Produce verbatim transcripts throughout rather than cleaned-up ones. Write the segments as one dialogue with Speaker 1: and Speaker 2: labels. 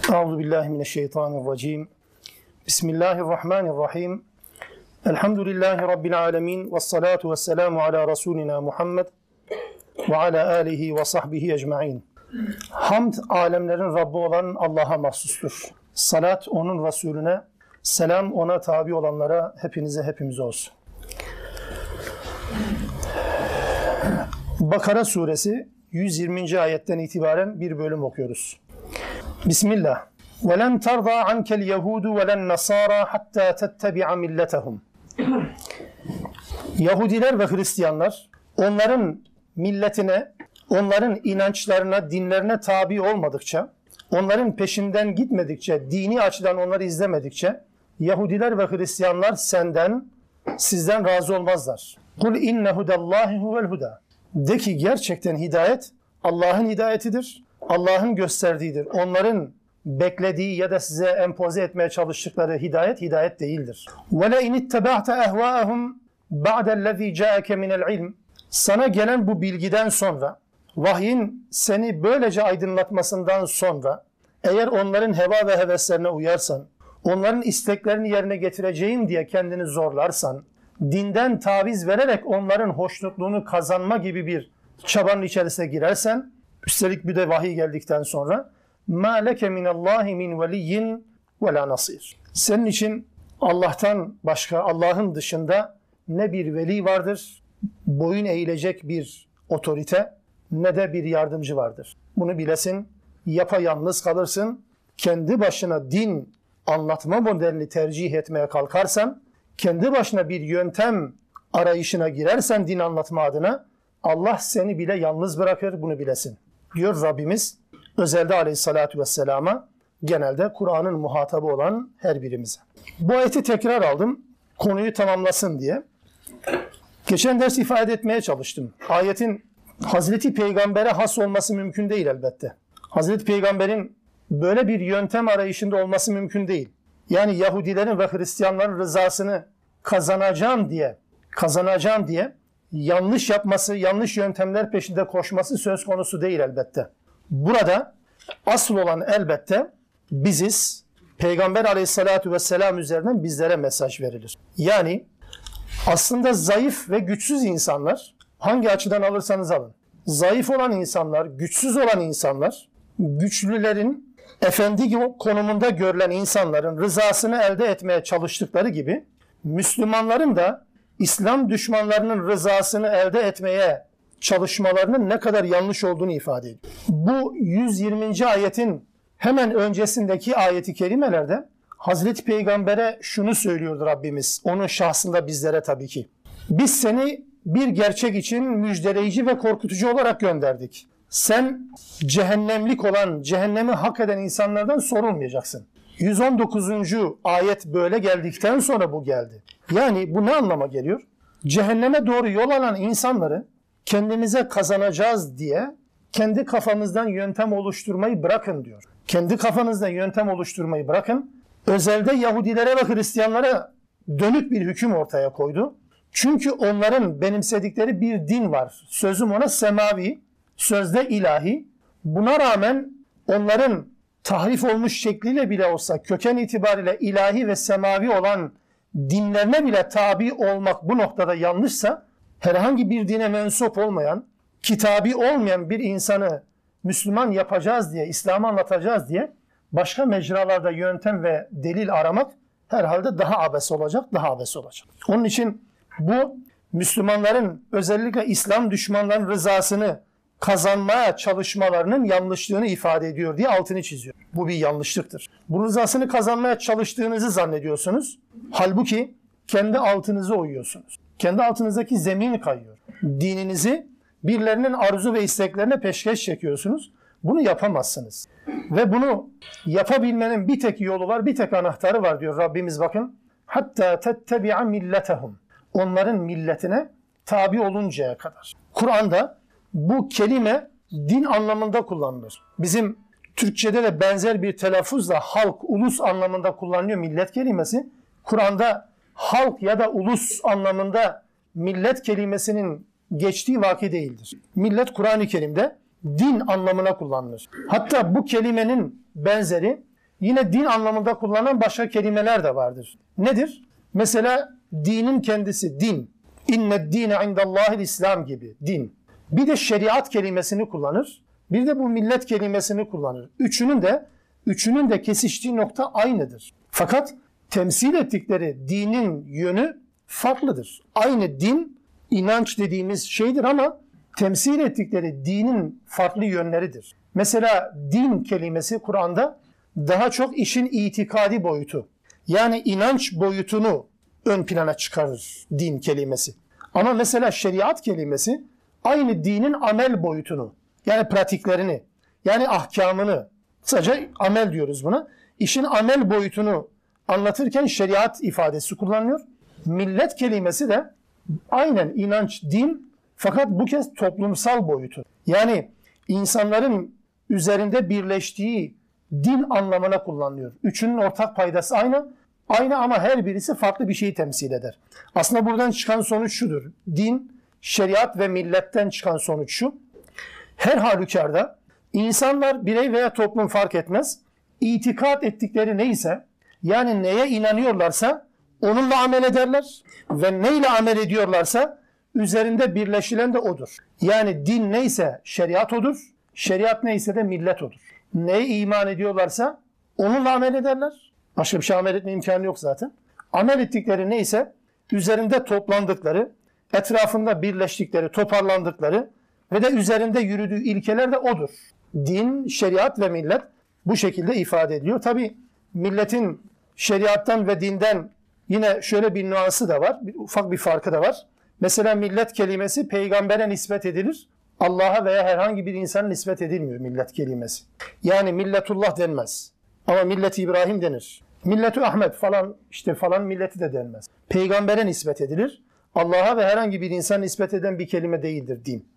Speaker 1: Euzubillahimineşşeytanirracim. Bismillahirrahmanirrahim. Elhamdülillahi Rabbil alemin. Vessalatu vesselamu ala Resulina Muhammed ve ala alihi ve sahbihi ecma'in. Hamd, alemlerin Rabbi olan Allah'a mahsustur. Salat onun Resulüne, selam ona tabi olanlara, hepinize hepimize olsun. Bakara suresi yüz yirminci ayetten itibaren bir bölüm okuyoruz. Bismillah. وَلَنْ تَرْضَى عَنْكَ الْيَهُودُ وَلَنْ نَصَارَى حَتَّى تَتَّبِعَ مِلَّتَهُمْ. Yahudiler ve Hristiyanlar onların milletine, onların inançlarına, dinlerine tabi olmadıkça, onların peşinden gitmedikçe, dini açıdan onları izlemedikçe, Yahudiler ve Hristiyanlar senden, sizden razı olmazlar. قُلْ اِنَّ هُدَى اللّٰهِ هُوَ الْهُدَى. De ki gerçekten hidayet Allah'ın hidayetidir, Allah'ın gösterdiğidir. Onların beklediği ya da size empoze etmeye çalıştıkları hidayet, hidayet değildir. وَلَاِنِ اتَّبَعْتَ اَهْوَاءَهُمْ بَعْدَ الَّذ۪ي جَاءَكَ مِنَ الْعِلْمِ. Sana gelen bu bilgiden sonra, vahyin seni böylece aydınlatmasından sonra, eğer onların heva ve heveslerine uyarsan, onların isteklerini yerine getireceğim diye kendini zorlarsan, dinden taviz vererek onların hoşnutluğunu kazanma gibi bir çabanın içerisine girersen, üstelik bir de vahiy geldikten sonra, مَا لَكَ مِنَ اللّٰهِ مِنْ وَلِيٍّ وَلَا نَصِيرٍ. Senin için Allah'tan başka, Allah'ın dışında ne bir veli vardır, boyun eğilecek bir otorite, ne de bir yardımcı vardır. Bunu bilesin, yapayalnız kalırsın, kendi başına din anlatma modelini tercih etmeye kalkarsan, kendi başına bir yöntem arayışına girersen din anlatma adına, Allah seni bile yalnız bırakır, bunu bilesin. Diyor Rabbimiz, özelde aleyhissalatu vesselama, genelde Kur'an'ın muhatabı olan her birimize. Bu ayeti tekrar aldım, konuyu tamamlasın diye. Geçen ders ifade etmeye çalıştım. Ayetin Hazreti Peygamber'e has olması mümkün değil elbette. Hazreti Peygamber'in böyle bir yöntem arayışında olması mümkün değil. Yani Yahudilerin ve Hristiyanların rızasını kazanacağım diye, kazanacağım diye yanlış yapması, yanlış yöntemler peşinde koşması söz konusu değil elbette. Burada asıl olan elbette biziz. Peygamber aleyhissalatu vesselam üzerinden bizlere mesaj verilir. Yani aslında zayıf ve güçsüz insanlar, hangi açıdan alırsanız alın, zayıf olan insanlar, güçsüz olan insanlar, güçlülerin efendi konumunda görülen insanların rızasını elde etmeye çalıştıkları gibi, Müslümanların da İslam düşmanlarının rızasını elde etmeye çalışmalarının ne kadar yanlış olduğunu ifade ediyor. Bu yüz yirminci ayetin hemen öncesindeki ayeti kerimelerde Hazreti Peygamber'e şunu söylüyordu Rabbimiz, onun şahsında bizlere tabii ki. Biz seni bir gerçek için müjdeleyici ve korkutucu olarak gönderdik. Sen cehennemlik olan, cehennemi hak eden insanlardan sorulmayacaksın. yüz on dokuzuncu ayet böyle geldikten sonra bu geldi. Yani bu ne anlama geliyor? Cehenneme doğru yol alan insanları kendinize kazanacağız diye kendi kafanızdan yöntem oluşturmayı bırakın diyor. Kendi kafanızdan yöntem oluşturmayı bırakın. Özelde Yahudilere ve Hristiyanlara dönük bir hüküm ortaya koydu. Çünkü onların benimsedikleri bir din var. Sözüm ona semavi, sözde ilahi. Buna rağmen onların tahrif olmuş şekliyle bile olsa köken itibariyle ilahi ve semavi olan dinlerine bile tabi olmak bu noktada yanlışsa, herhangi bir dine mensup olmayan, kitabi olmayan bir insanı Müslüman yapacağız diye, İslam'ı anlatacağız diye başka mecralarda yöntem ve delil aramak herhalde daha abes olacak, daha abes olacak. Onun için bu Müslümanların özellikle İslam düşmanlarının rızasını kazanmaya çalışmalarının yanlışlığını ifade ediyor diye altını çiziyor. Bu bir yanlışlıktır. Bu rızasını kazanmaya çalıştığınızı zannediyorsunuz. Halbuki kendi altınızı oyuyorsunuz. Kendi altınızdaki zemin kayıyor. Dininizi birilerinin arzu ve isteklerine peşkeş çekiyorsunuz. Bunu yapamazsınız. Ve bunu yapabilmenin bir tek yolu var, bir tek anahtarı var diyor Rabbimiz bakın. Hatta tettebi'a milletehum. Onların milletine tabi oluncaya kadar. Kur'an'da bu kelime din anlamında kullanılır. Bizim Türkçe'de de benzer bir telaffuzla halk, ulus anlamında kullanılıyor millet kelimesi. Kur'an'da halk ya da ulus anlamında millet kelimesinin geçtiği vaki değildir. Millet Kur'an-ı Kerim'de din anlamına kullanılır. Hatta bu kelimenin benzeri yine din anlamında kullanılan başka kelimeler de vardır. Nedir? Mesela dinin kendisi, din. İnned dine indallahil İslam gibi, din. Bir de şeriat kelimesini kullanır. Bir de bu millet kelimesini kullanır. Üçünün de üçünün de kesiştiği nokta aynıdır. Fakat temsil ettikleri dinin yönü farklıdır. Aynı din, inanç dediğimiz şeydir ama temsil ettikleri dinin farklı yönleridir. Mesela din kelimesi Kur'an'da daha çok işin itikadi boyutu. Yani inanç boyutunu ön plana çıkarır din kelimesi. Ama mesela şeriat kelimesi aynı dinin amel boyutunu, yani pratiklerini, yani ahkamını, sadece amel diyoruz buna. İşin amel boyutunu anlatırken şeriat ifadesi kullanılıyor. Millet kelimesi de aynen inanç, din, fakat bu kez toplumsal boyutu. Yani insanların üzerinde birleştiği din anlamına kullanılıyor. Üçünün ortak paydası aynı. Aynı ama her birisi farklı bir şeyi temsil eder. Aslında buradan çıkan sonuç şudur. Din, şeriat ve milletten çıkan sonuç şu. Her halükarda insanlar, birey veya toplum fark etmez, itikat ettikleri neyse, yani neye inanıyorlarsa onunla amel ederler ve neyle amel ediyorlarsa üzerinde birleşilen de odur. Yani din neyse şeriat odur, şeriat neyse de millet odur. Neye iman ediyorlarsa onunla amel ederler. Başka bir şey amel etme imkanı yok zaten. Amel ettikleri neyse üzerinde toplandıkları, etrafında birleştikleri, toparlandıkları ve de üzerinde yürüdüğü ilkeler de odur. Din, şeriat ve millet bu şekilde ifade ediliyor. Tabi milletin şeriattan ve dinden yine şöyle bir nüansı da var. Bir, ufak bir farkı da var. Mesela millet kelimesi peygambere nispet edilir. Allah'a veya herhangi bir insana nispet edilmiyor millet kelimesi. Yani milletullah denmez. Ama millet İbrahim denir. Millet-i Ahmet falan işte falan milleti de denmez. Peygambere nispet edilir. Allah'a ve herhangi bir insana nispet eden bir kelime değildir din.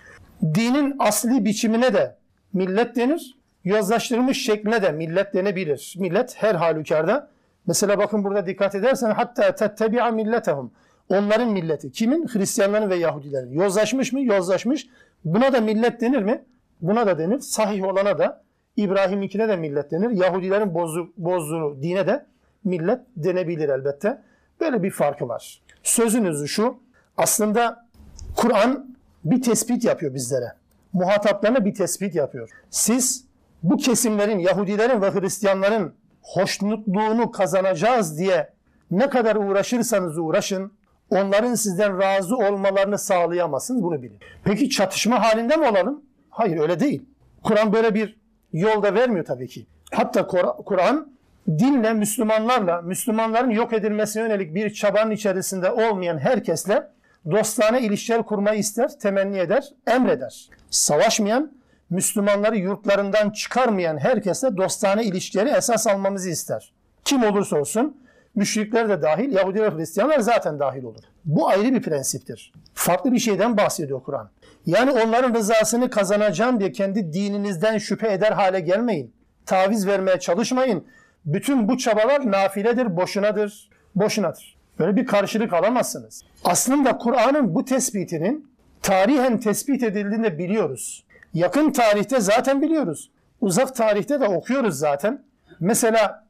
Speaker 1: Dinin asli biçimine de millet denir. Yozlaştırılmış şekline de millet denebilir. Millet her halükarda. Mesela bakın burada dikkat edersen hatta tettebi'a milletehum. Onların milleti. Kimin? Hristiyanların ve Yahudilerin. Yozlaşmış mı? Yozlaşmış. Buna da millet denir mi? Buna da denir. Sahih olana da İbrahim'inkine de millet denir. Yahudilerin bozu, bozduğu dine de millet denebilir elbette. Böyle bir farkı var. Sözün özü şu. Aslında Kur'an bir tespit yapıyor bizlere. Muhataplarına bir tespit yapıyor. Siz bu kesimlerin, Yahudilerin ve Hristiyanların hoşnutluğunu kazanacağız diye ne kadar uğraşırsanız uğraşın, onların sizden razı olmalarını sağlayamazsınız, bunu bilin. Peki çatışma halinde mi olalım? Hayır, öyle değil. Kur'an böyle bir yol da vermiyor tabii ki. Hatta Kur'an dinle, Müslümanlarla, Müslümanların yok edilmesine yönelik bir çabanın içerisinde olmayan herkesle dostane ilişkiler kurmayı ister, temenni eder, emreder. Savaşmayan, Müslümanları yurtlarından çıkarmayan herkesle dostane ilişkileri esas almamızı ister. Kim olursa olsun, müşrikler de dahil, Yahudiler ve Hristiyanlar zaten dahil olur. Bu ayrı bir prensiptir. Farklı bir şeyden bahsediyor Kur'an. Yani onların rızasını kazanacağım diye kendi dininizden şüphe eder hale gelmeyin. Taviz vermeye çalışmayın. Bütün bu çabalar nafiledir, boşunadır, boşunadır. Böyle bir karşılık alamazsınız. Aslında Kur'an'ın bu tespitinin tarihen tespit edildiğini de biliyoruz. Yakın tarihte zaten biliyoruz. Uzak tarihte de okuyoruz zaten. Mesela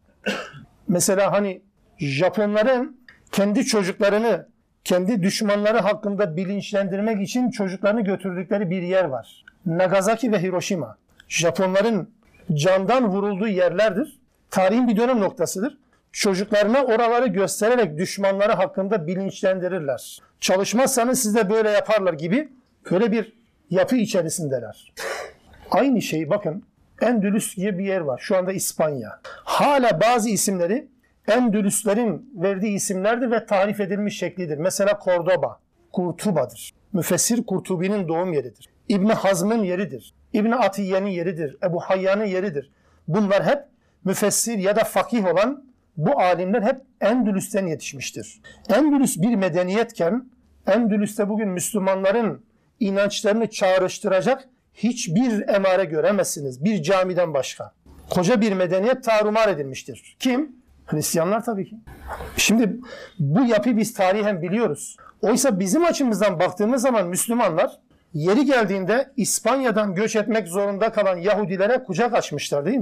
Speaker 1: mesela hani Japonların kendi çocuklarını, kendi düşmanları hakkında bilinçlendirmek için çocuklarını götürdükleri bir yer var. Nagasaki ve Hiroşima. Japonların candan vurulduğu yerlerdir. Tarihin bir dönüm noktasıdır. Çocuklarına oraları göstererek düşmanları hakkında bilinçlendirirler. Çalışmazsanız siz de böyle yaparlar gibi böyle bir yapı içerisindeler. Aynı şey bakın Endülüs diye bir yer var. Şu anda İspanya. Hala bazı isimleri Endülüslerin verdiği isimlerdir ve tarif edilmiş şeklidir. Mesela Kordoba, Kurtuba'dır. Müfessir Kurtubi'nin doğum yeridir. İbn Hazm'ın yeridir. İbn Atiyye'nin yeridir. Ebu Hayyan'ın yeridir. Bunlar hep müfessir ya da fakih olan bu alimler hep Endülüs'ten yetişmiştir. Endülüs bir medeniyetken Endülüs'te bugün Müslümanların inançlarını çağrıştıracak hiçbir emare göremezsiniz. Bir camiden başka. Koca bir medeniyet tarumar edilmiştir. Kim? Hristiyanlar tabii ki. Şimdi bu yapıyı biz tarihen biliyoruz. Oysa bizim açımızdan baktığımız zaman Müslümanlar yeri geldiğinde İspanya'dan göç etmek zorunda kalan Yahudilere kucak açmışlar değil mi?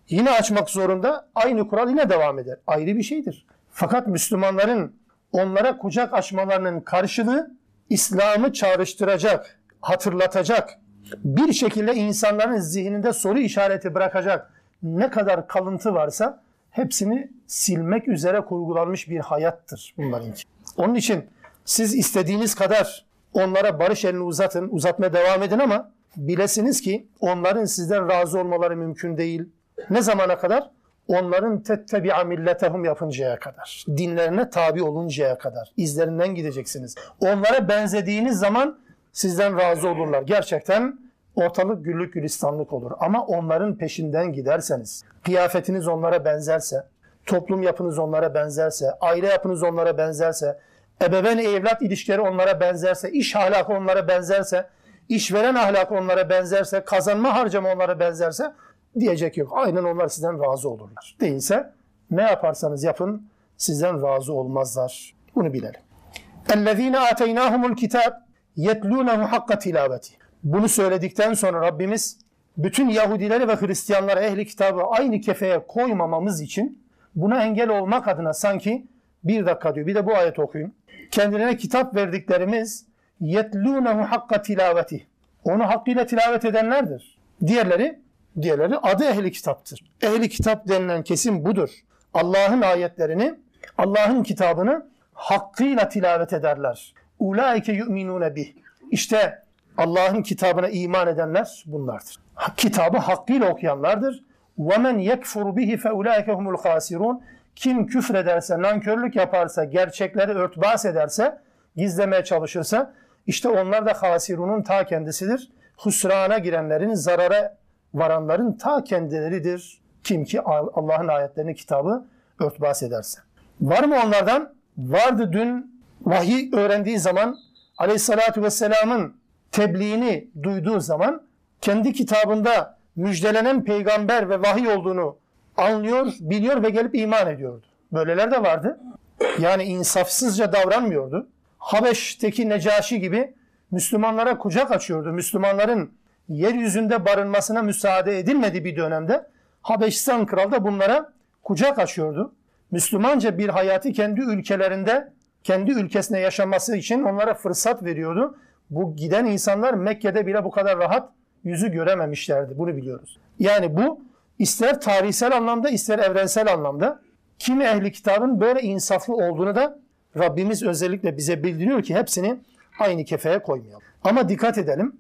Speaker 1: Yine açmak zorunda, aynı kural yine devam eder. Ayrı bir şeydir. Fakat Müslümanların onlara kucak açmalarının karşılığı İslam'ı çağrıştıracak, hatırlatacak, bir şekilde insanların zihninde soru işareti bırakacak ne kadar kalıntı varsa hepsini silmek üzere kurgulanmış bir hayattır bunlarınki. Onun için siz istediğiniz kadar onlara barış elini uzatın, uzatmaya devam edin ama bilesiniz ki onların sizden razı olmaları mümkün değil. Ne zamana kadar? Onların tettebi'a milletehum yapıncaya kadar. Dinlerine tabi oluncaya kadar. İzlerinden gideceksiniz. Onlara benzediğiniz zaman sizden razı olurlar. Gerçekten ortalık güllük gülistanlık olur. Ama onların peşinden giderseniz, kıyafetiniz onlara benzerse, toplum yapınız onlara benzerse, aile yapınız onlara benzerse, ebeveyn evlat ilişkileri onlara benzerse, iş ahlakı onlara benzerse, işveren ahlakı onlara benzerse, kazanma harcama onlara benzerse diyecek yok. Aynen onlar sizden razı olurlar. Değilse ne yaparsanız yapın sizden razı olmazlar. Bunu bilelim. اَلَّذ۪ينَ آتَيْنَاهُمُ الْكِتَابِ يَتْلُونَهُ حَقَّ تِلَاوَتِهِ. Bunu söyledikten sonra Rabbimiz bütün Yahudileri ve Hristiyanları ehli kitabı aynı kefeye koymamamız için buna engel olmak adına sanki bir dakika diyor. Bir de bu ayet okuyun. Kendilerine kitap verdiklerimiz yetlûnehu hakka tilaveti. Onu hakkıyla tilavet edenlerdir. Diğerleri, diğerleri adı ehli kitaptır. Ehli kitap denilen kesim budur. Allah'ın ayetlerini, Allah'ın kitabını hakkıyla tilavet ederler. Ulaike yu'minûne bih. İşte Allah'ın kitabına iman edenler bunlardır. Kitabı hakkıyla okuyanlardır. وَمَنْ يَكْفُرُ بِهِ فَاُولَٰئِكَ هُمُ الْخَاسِرُونَ. Kim küfrederse, nankörlük yaparsa, gerçekleri örtbas ederse, gizlemeye çalışırsa, işte onlar da hasirunun ta kendisidir. Husrana girenlerin, zarara varanların ta kendileridir. Kim ki Allah'ın ayetlerini, kitabı örtbas ederse. Var mı onlardan? Vardı dün vahiy öğrendiği zaman, Aleyhisselatü Vesselam'ın tebliğini duyduğu zaman, kendi kitabında müjdelenen peygamber ve vahiy olduğunu anlıyor, biliyor ve gelip iman ediyordu. Böyleler de vardı. Yani insafsızca davranmıyordu. Habeş'teki Necaşi gibi Müslümanlara kucak açıyordu. Müslümanların yeryüzünde barınmasına müsaade edilmediği bir dönemde Habeşistan kralı da bunlara kucak açıyordu. Müslümanca bir hayatı kendi ülkelerinde, kendi ülkesine yaşaması için onlara fırsat veriyordu. Bu giden insanlar Mekke'de bile bu kadar rahat yüzü görememişlerdi. Bunu biliyoruz. Yani bu ister tarihsel anlamda ister evrensel anlamda kimi ehli kitabın böyle insaflı olduğunu da Rabbimiz özellikle bize bildiriyor ki hepsini aynı kefeye koymayalım. Ama dikkat edelim.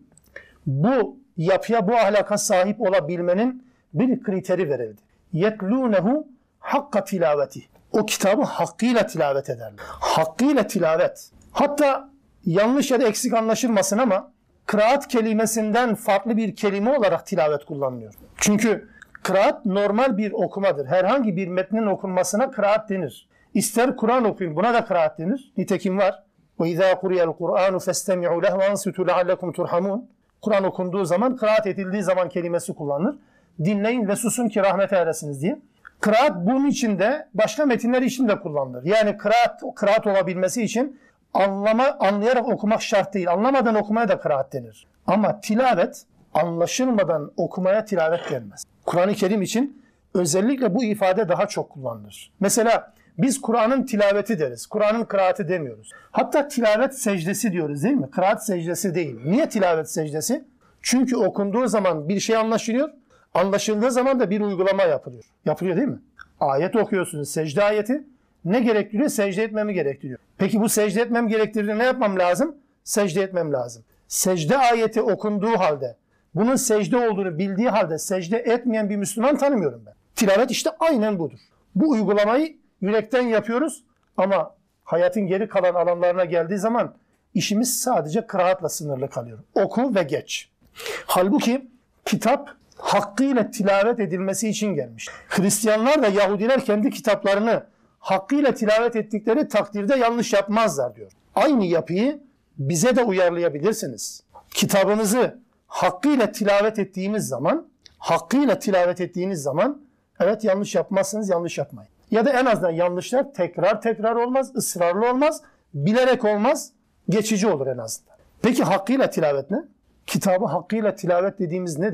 Speaker 1: Bu yapıya, bu ahlaka sahip olabilmenin bir kriteri verildi. Yetlûnehu hakka tilaveti. O kitabı hakkıyla tilavet ederler. Hakkıyla tilavet. Hatta yanlış ya da eksik anlaşılmasın ama kıraat kelimesinden farklı bir kelime olarak tilavet kullanılıyor. Çünkü kıraat normal bir okumadır. Herhangi bir metnin okunmasına kıraat denir. İster Kur'an okuyun, buna da kıraat denir. Nitekim var. وَاِذَا قُرِيَ الْقُرْآنُ فَاسْتَمِعُوا لَهُ وَاَنْسُتُوا لَعَلَّكُمْ تُرْحَمُونَ. Kur'an okunduğu zaman, kıraat edildiği zaman kelimesi kullanılır. Dinleyin ve susun ki rahmete eresiniz diye. Kıraat bunun için de başka metinler için de kullanılır. Yani kıraat, kıraat olabilmesi için anlama, anlayarak okumak şart değil. Anlamadan okumaya da kıraat denir. Ama tilavet anlaşılmadan okumaya tilavet denmez. Kur'an-ı Kerim için özellikle bu ifade daha çok kullanılır. Mesela biz Kur'an'ın tilaveti deriz. Kur'an'ın kıraati demiyoruz. Hatta tilavet secdesi diyoruz değil mi? Kıraat secdesi değil. Niye tilavet secdesi? Çünkü okunduğu zaman bir şey anlaşılıyor. Anlaşıldığı zaman da bir uygulama yapılıyor. Yapılıyor değil mi? Ayet okuyorsunuz. Secde ayeti. Ne gerektiriyor? Secde etmemi gerektiriyor. Peki bu secde etmem gerektirdiğinde ne yapmam lazım? Secde etmem lazım. Secde ayeti okunduğu halde, bunun secde olduğunu bildiği halde secde etmeyen bir Müslüman tanımıyorum ben. Tilavet işte aynen budur. Bu uygulamayı yürekten yapıyoruz ama hayatın geri kalan alanlarına geldiği zaman işimiz sadece kıraatla sınırlı kalıyor. Oku ve geç. Halbuki kitap hakkıyla tilavet edilmesi için gelmiş. Hristiyanlar ve Yahudiler kendi kitaplarını hakkıyla tilavet ettikleri takdirde yanlış yapmazlar diyor. Aynı yapıyı bize de uyarlayabilirsiniz. Kitabınızı hakkıyla tilavet ettiğimiz zaman, hakkıyla tilavet ettiğiniz zaman evet yanlış yapmazsınız, yanlış yapmayın. Ya da en azından yanlışlar tekrar tekrar olmaz, ısrarlı olmaz, bilerek olmaz, geçici olur en azından. Peki hakkıyla tilavet ne? Kitabı hakkıyla tilavet dediğimiz nedir?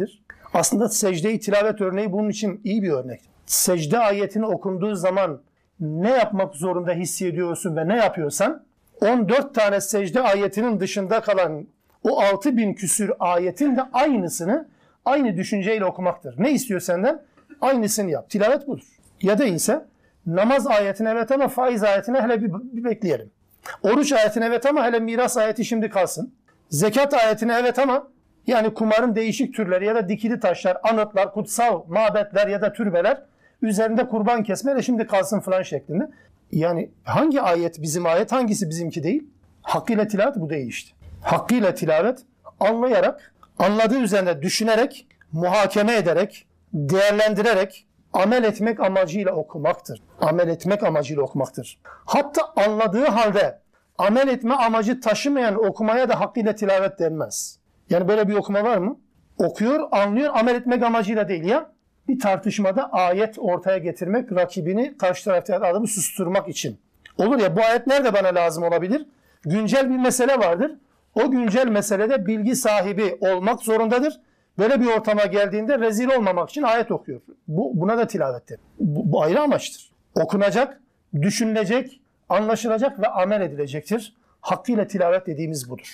Speaker 1: Aslında secde-i tilavet örneği bunun için iyi bir örnek. Secde ayetini okunduğu zaman ne yapmak zorunda hissediyorsun ve ne yapıyorsan on dört tane secde ayetinin dışında kalan o altı bin küsür ayetin de aynısını aynı düşünceyle okumaktır. Ne istiyor senden? Aynısını yap. Tilavet budur. Ya da ise namaz ayetine evet ama faiz ayetine hele bir, bir bekleyelim. Oruç ayetine evet ama hele miras ayeti şimdi kalsın. Zekat ayetine evet ama yani kumarın değişik türleri ya da dikili taşlar, anıtlar, kutsal mabetler ya da türbeler üzerinde kurban kesme hele şimdi kalsın falan şeklinde. Yani hangi ayet bizim ayet, hangisi bizimki değil? Hakkıyla tilavet bu değil işte. Hakkıyla tilavet anlayarak, anladığı üzerinde düşünerek, muhakeme ederek, değerlendirerek, amel etmek amacıyla okumaktır. Amel etmek amacıyla okumaktır. Hatta anladığı halde amel etme amacı taşımayan okumaya da hakkıyla tilavet denmez. Yani böyle bir okuma var mı? Okuyor, anlıyor, amel etmek amacıyla değil ya. Bir tartışmada ayet ortaya getirmek, rakibini karşı taraftaki adamı susturmak için. Olur ya, bu ayet nerede bana lazım olabilir? Güncel bir mesele vardır. O güncel meselede bilgi sahibi olmak zorundadır. Böyle bir ortama geldiğinde rezil olmamak için ayet okuyor. Bu, buna da tilavettir. Bu, bu ayrı amaçtır. Okunacak, düşünülecek, anlaşılacak ve amel edilecektir. Hakkıyla tilavet dediğimiz budur.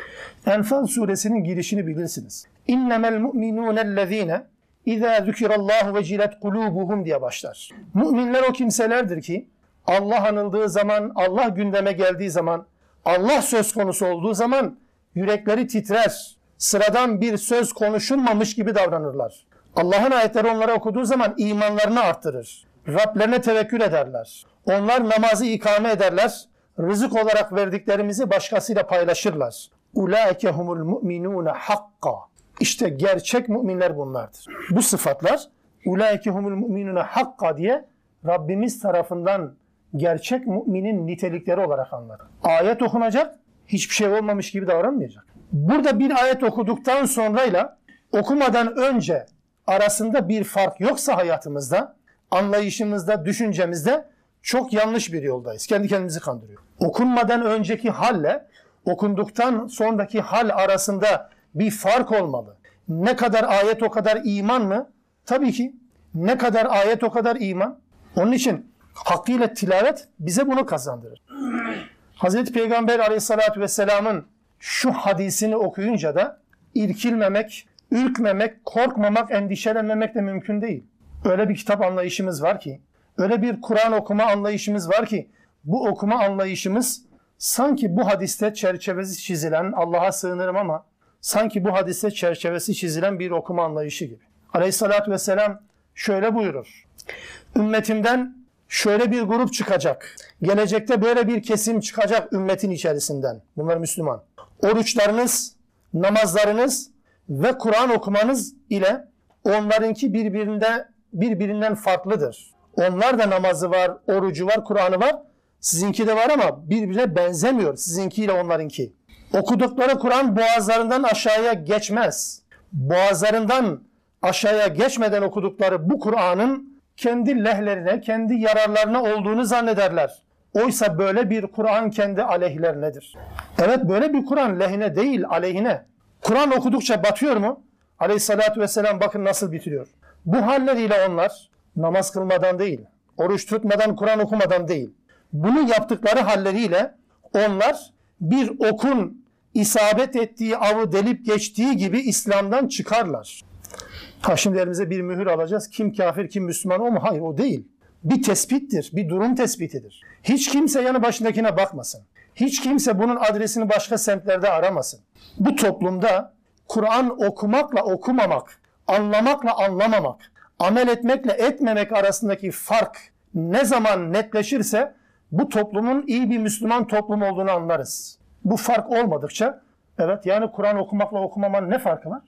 Speaker 1: Enfal suresinin girişini bilirsiniz. İnnemel mu'minûnellezîne İzâ zükirallâhu vecilet kulûbuhum diye başlar. Müminler o kimselerdir ki Allah anıldığı zaman, Allah gündeme geldiği zaman, Allah söz konusu olduğu zaman yürekleri titrer. Sıradan bir söz konuşulmamış gibi davranırlar. Allah'ın ayetleri onlara okuduğu zaman imanlarını arttırır. Rablerine tevekkül ederler. Onlar namazı ikame ederler. Rızık olarak verdiklerimizi başkasıyla paylaşırlar. Ulaike humul mu'minûne hakka. İşte gerçek müminler bunlardır. Bu sıfatlar ulaike humul mu'minûne hakka diye Rabbimiz tarafından gerçek müminin nitelikleri olarak anlar. Ayet okunacak, hiçbir şey olmamış gibi davranmayacak. Burada bir ayet okuduktan sonrayla okumadan önce arasında bir fark yoksa hayatımızda, anlayışımızda, düşüncemizde çok yanlış bir yoldayız. Kendi kendimizi kandırıyor. Okunmadan önceki halle, okunduktan sonraki hal arasında bir fark olmalı. Ne kadar ayet o kadar iman mı? Tabii ki. Ne kadar ayet o kadar iman. Onun için hakkıyla tilavet bize bunu kazandırır. Hazreti Peygamber Aleyhisselatü Vesselam'ın şu hadisini okuyunca da irkilmemek, ürkmemek, korkmamak, endişelenmemek de mümkün değil. Öyle bir kitap anlayışımız var ki, öyle bir Kur'an okuma anlayışımız var ki, bu okuma anlayışımız sanki bu hadiste çerçevesi çizilen, Allah'a sığınırım ama sanki bu hadiste çerçevesi çizilen bir okuma anlayışı gibi. Aleyhissalatü vesselam şöyle buyurur. Ümmetimden şöyle bir grup çıkacak. Gelecekte böyle bir kesim çıkacak ümmetin içerisinden. Bunlar Müslüman. Oruçlarınız, namazlarınız ve Kur'an okumanız ile onlarınki birbirinde, birbirinden farklıdır. Onlar da namazı var, orucu var, Kur'an'ı var. Sizinki de var ama birbirine benzemiyor sizinkiyle onlarınki. Okudukları Kur'an boğazlarından aşağıya geçmez. Boğazlarından aşağıya geçmeden okudukları bu Kur'an'ın kendi lehlerine, kendi yararlarına olduğunu zannederler. Oysa böyle bir Kur'an kendi aleyhlerinedir. Evet, böyle bir Kur'an lehine değil, aleyhine. Kur'an okudukça batıyor mu? Aleyhissalatü vesselam bakın nasıl bitiriyor. Bu halleriyle onlar namaz kılmadan değil, oruç tutmadan, Kur'an okumadan değil. Bunu yaptıkları halleriyle onlar bir okun isabet ettiği avı delip geçtiği gibi İslam'dan çıkarlar. Ha, şimdi elimize bir mühür alacağız. Kim kafir, kim Müslüman, o mu? Hayır, o değil. Bir tespittir, bir durum tespitidir. Hiç kimse yanı başındakine bakmasın. Hiç kimse bunun adresini başka semtlerde aramasın. Bu toplumda Kur'an okumakla okumamak, anlamakla anlamamak, amel etmekle etmemek arasındaki fark ne zaman netleşirse bu toplumun iyi bir Müslüman toplum olduğunu anlarız. Bu fark olmadıkça, evet yani Kur'an okumakla okumamanın ne farkı var?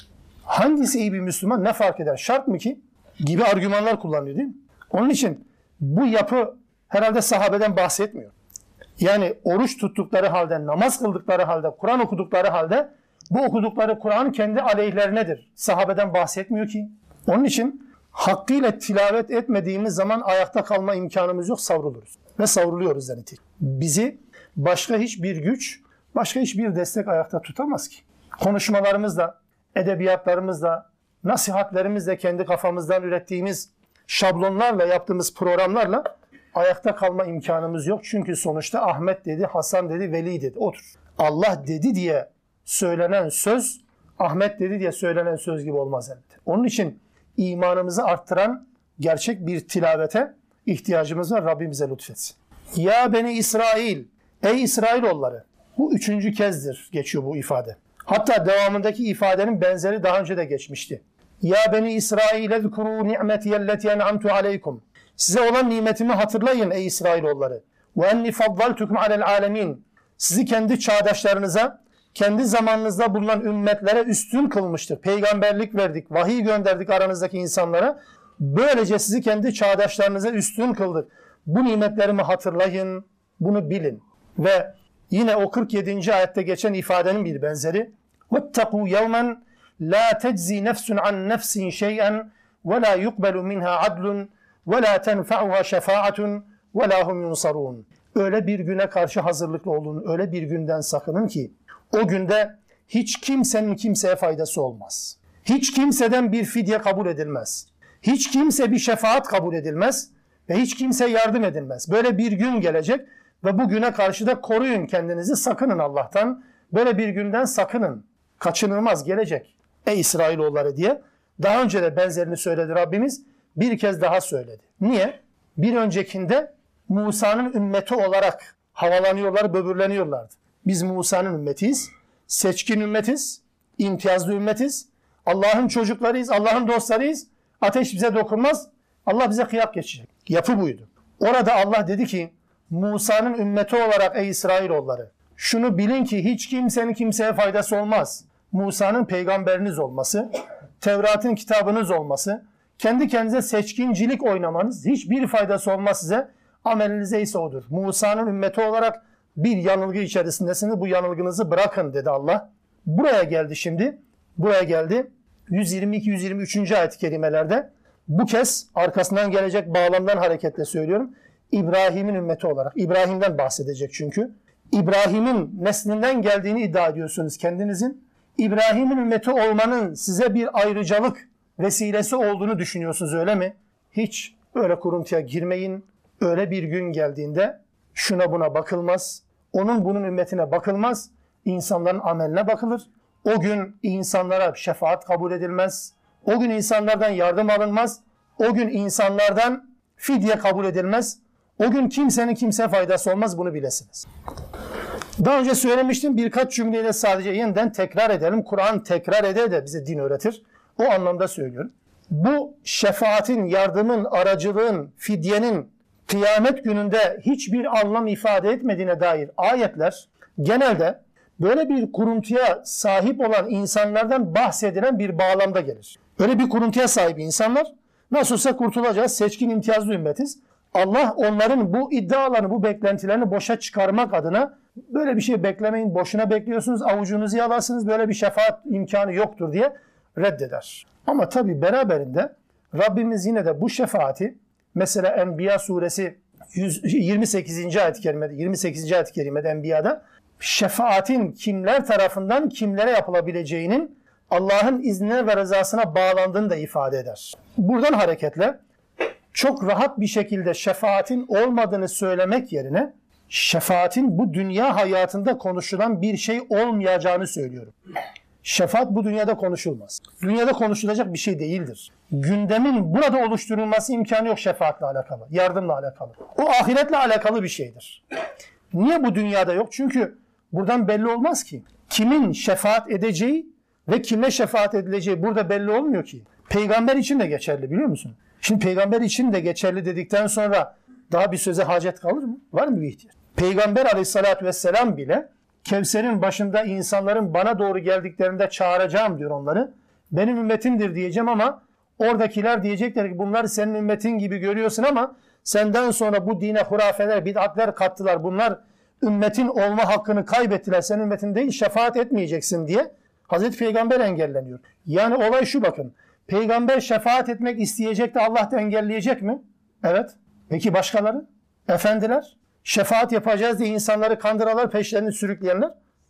Speaker 1: Hangisi iyi bir Müslüman, ne fark eder? Şart mı ki? Gibi argümanlar kullanıyor değil mi? Onun için bu yapı herhalde sahabeden bahsetmiyor. Yani oruç tuttukları halde, namaz kıldıkları halde, Kur'an okudukları halde bu okudukları Kur'an kendi aleyhlerinedir. Sahabeden bahsetmiyor ki. Onun için hakkıyla tilavet etmediğimiz zaman ayakta kalma imkanımız yok, savruluruz. Ve savruluyoruz da nitekim. Bizi başka hiçbir güç, başka hiçbir destek ayakta tutamaz ki. Konuşmalarımızla, edebiyatlarımızla, nasihatlerimizle, kendi kafamızdan ürettiğimiz şablonlarla, yaptığımız programlarla ayakta kalma imkanımız yok. Çünkü sonuçta Ahmet dedi, Hasan dedi, Veli dedi. Odur. Allah dedi diye söylenen söz, Ahmet dedi diye söylenen söz gibi olmaz elbette. Onun için imanımızı arttıran gerçek bir tilavete ihtiyacımız var. Rabbimize lütfetsin. Ya Beni İsrail, ey İsrailoğulları. Bu üçüncü kezdir geçiyor bu ifade. Hatta devamındaki ifadenin benzeri daha önce de geçmişti. Ya Beni İsrail ezkuru ni'metiyelleti en'amtu aleykum. Size olan nimetimi hatırlayın ey İsrailoğulları. Ve enni faddaltukum alel alemin. Sizi kendi çağdaşlarınıza, kendi zamanınızda bulunan ümmetlere üstün kılmıştır. Peygamberlik verdik, vahiy gönderdik aranızdaki insanlara. Böylece sizi kendi çağdaşlarınıza üstün kıldık. Bu nimetlerimi hatırlayın, bunu bilin. Ve yine o kırk yedinci ayette geçen ifadenin bir benzeri. وَاتَّقُوا يَوْمًا لَا تَجْزِي نَفْسٌ عَنْ نَفْسٍ شَيْئًا وَلَا يُقْبَلُ مِنْهَا عَدْلٌ وَلَا تَنْفَعُهَا شَفَاعَةٌ وَلَا هُمْ يُنْصَرُونَ. Öyle bir güne karşı hazırlıklı olun, öyle bir günden sakının ki o günde hiç kimsenin kimseye faydası olmaz. Hiç kimseden bir fidye kabul edilmez. Hiç kimse bir şefaat kabul edilmez ve hiç kimse yardım edilmez. Böyle bir gün gelecek ve bu güne karşı da koruyun kendinizi, sakının Allah'tan. Böyle bir günden sakının. Kaçınılmaz gelecek. Ey İsrailoğulları diye daha önce de benzerini söyledi Rabbimiz. Bir kez daha söyledi. Niye? Bir öncekinde Musa'nın ümmeti olarak havalanıyorlar, böbürleniyorlardı. Biz Musa'nın ümmetiyiz, seçkin ümmetiz, imtiyazlı ümmetiz, Allah'ın çocuklarıyız, Allah'ın dostlarıyız. Ateş bize dokunmaz, Allah bize kıyak geçecek. Yapı buydu. Orada Allah dedi ki, Musa'nın ümmeti olarak ey İsrailoğulları, şunu bilin ki hiç kimsenin kimseye faydası olmaz. Musa'nın peygamberiniz olması, Tevrat'ın kitabınız olması, kendi kendinize seçkincilik oynamanız hiçbir faydası olmaz size. Amelinize ise odur. Musa'nın ümmeti olarak bir yanılgı içerisindesiniz. Bu yanılgınızı bırakın dedi Allah. Buraya geldi şimdi. Buraya geldi. yüz yirmi iki yüz yirmi üç. ayet-i kerimelerde bu kez arkasından gelecek bağlamdan hareketle söylüyorum. İbrahim'in ümmeti olarak. İbrahim'den bahsedecek çünkü. İbrahim'in neslinden geldiğini iddia ediyorsunuz kendinizin. İbrahim'in ümmeti olmanın size bir ayrıcalık vesilesi olduğunu düşünüyorsunuz, öyle mi? Hiç öyle kuruntuya girmeyin. Öyle bir gün geldiğinde şuna buna bakılmaz. Onun bunun ümmetine bakılmaz. İnsanların ameline bakılır. O gün insanlara şefaat kabul edilmez. O gün insanlardan yardım alınmaz. O gün insanlardan fidye kabul edilmez. O gün kimsenin kimseye faydası olmaz, bunu bilesiniz. Daha önce söylemiştim, birkaç cümleyle sadece yeniden tekrar edelim. Kur'an tekrar eder de bize din öğretir. O anlamda söylüyorum. Bu şefaatin, yardımın, aracılığın, fidyenin kıyamet gününde hiçbir anlam ifade etmediğine dair ayetler genelde böyle bir kuruntuya sahip olan insanlardan bahsedilen bir bağlamda gelir. Öyle bir kuruntuya sahip insanlar, nasılsa kurtulacağız, seçkin imtiyazlı ümmetiz. Allah onların bu iddialarını, bu beklentilerini boşa çıkarmak adına böyle bir şey beklemeyin, boşuna bekliyorsunuz, avucunuzu yalarsınız, böyle bir şefaat imkanı yoktur diye reddeder. Ama tabi beraberinde Rabbimiz yine de bu şefaati, mesela Enbiya suresi yirmi sekizinci ayet-i kerimede, yirmi sekizinci ayet-i kerimede Enbiya'da şefaatin kimler tarafından kimlere yapılabileceğinin Allah'ın iznine ve rızasına bağlandığını da ifade eder. Buradan hareketle çok rahat bir şekilde şefaatin olmadığını söylemek yerine şefaatin bu dünya hayatında konuşulan bir şey olmayacağını söylüyorum. Şefaat bu dünyada konuşulmaz. Dünyada konuşulacak bir şey değildir. Gündemin burada oluşturulması imkanı yok şefaatle alakalı, yardımla alakalı. O ahiretle alakalı bir şeydir. Niye bu dünyada yok? Çünkü buradan belli olmaz ki. Kimin şefaat edeceği ve kime şefaat edileceği burada belli olmuyor ki. Peygamber için de geçerli, biliyor musun? Şimdi peygamber için de geçerli dedikten sonra daha bir söze hacet kalır mı? Var mı bir ihtiyaç? Peygamber aleyhissalatü vesselam bile Kevser'in başında insanların bana doğru geldiklerinde çağıracağım diyor onları. Benim ümmetimdir diyeceğim ama oradakiler diyecekler ki bunlar senin ümmetin gibi görüyorsun ama senden sonra bu dine hurafeler, bid'atler kattılar. Bunlar ümmetin olma hakkını kaybettiler. Senin ümmetin değil, şefaat etmeyeceksin diye Hazreti Peygamber engelleniyor. Yani olay şu, bakın. Peygamber şefaat etmek isteyecek de Allah da engelleyecek mi? Evet. Peki başkaları? Efendiler? Şefaat yapacağız diye insanları kandıralar, peşlerini sürükleyenler?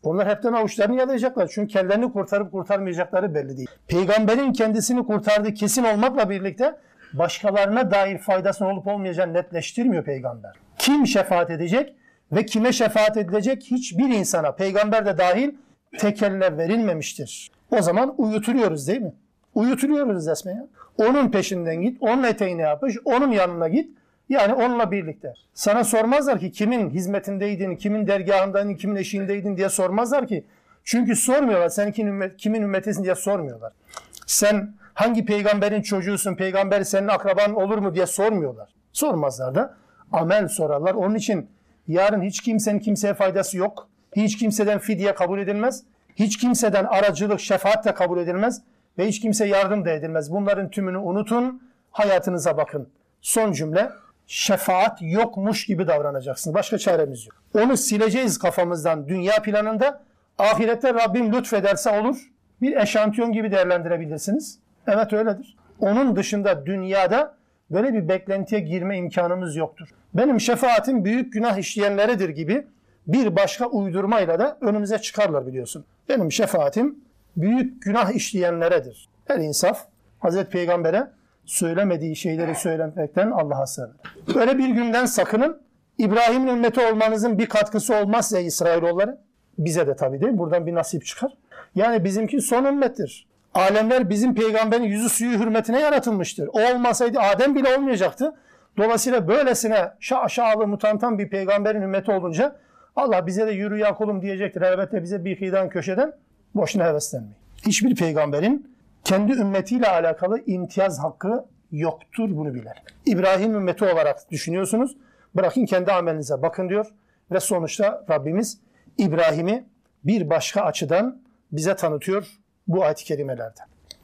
Speaker 1: Onlar hepten avuçlarını yalayacaklar. Çünkü kendilerini kurtarıp kurtarmayacakları belli değil. Peygamberin kendisini kurtardığı kesin olmakla birlikte başkalarına dair faydasının olup olmayacağını netleştirmiyor peygamber. Kim şefaat edecek ve kime şefaat edilecek hiçbir insana, peygamber de dahil, tekeller verilmemiştir. O zaman uyutuluyoruz değil mi? Uyutuluyoruz resmen ya. Onun peşinden git, onun eteğine yapış, onun yanına git. Yani onunla birlikte. Sana sormazlar ki kimin hizmetindeydin, kimin dergahındaydın, kimin eşiğindeydin diye sormazlar ki. Çünkü sormuyorlar. Sen kimin, ümmet, kimin ümmetisin diye sormuyorlar. Sen hangi peygamberin çocuğusun, peygamber senin akraban olur mu diye sormuyorlar. Sormazlar da amel sorarlar. Onun için yarın hiç kimsenin kimseye faydası yok. Hiç kimseden fidye kabul edilmez. Hiç kimseden aracılık, şefaat de kabul edilmez. Ve hiç kimse yardım da edilmez. Bunların tümünü unutun, hayatınıza bakın. Son cümle, şefaat yokmuş gibi davranacaksınız. Başka çaremiz yok. Onu sileceğiz kafamızdan dünya planında. Ahirette Rabbim lütfederse olur. Bir eşantiyon gibi değerlendirebilirsiniz. Evet öyledir. Onun dışında dünyada böyle bir beklentiye girme imkanımız yoktur. Benim şefaatim büyük günah işleyenleridir gibi bir başka uydurmayla da önümüze çıkarlar biliyorsun. Benim şefaatim büyük günah işleyenleredir. Her insaf Hazreti Peygamber'e söylemediği şeyleri söylemekten Allah'a sığınır. Böyle bir günden sakının. İbrahim'in ümmeti olmanızın bir katkısı olmaz ya İsrailoğulları. Bize de tabii değil mi? Buradan bir nasip çıkar. Yani bizimki son ümmettir. Alemler bizim peygamberin yüzü suyu hürmetine yaratılmıştır. O olmasaydı Adem bile olmayacaktı. Dolayısıyla böylesine şaşalı mutantan bir peygamberin ümmeti olunca Allah bize de yürü ya kulum diyecektir. Elbette bize bir kıyıdan köşeden boşuna heveslenmeyin. Hiçbir peygamberin kendi ümmetiyle alakalı imtiyaz hakkı yoktur, bunu biler. İbrahim ümmeti olarak düşünüyorsunuz. Bırakın kendi amelinize bakın diyor. Ve sonuçta Rabbimiz İbrahim'i bir başka açıdan bize tanıtıyor bu ayet-i kerimelerde.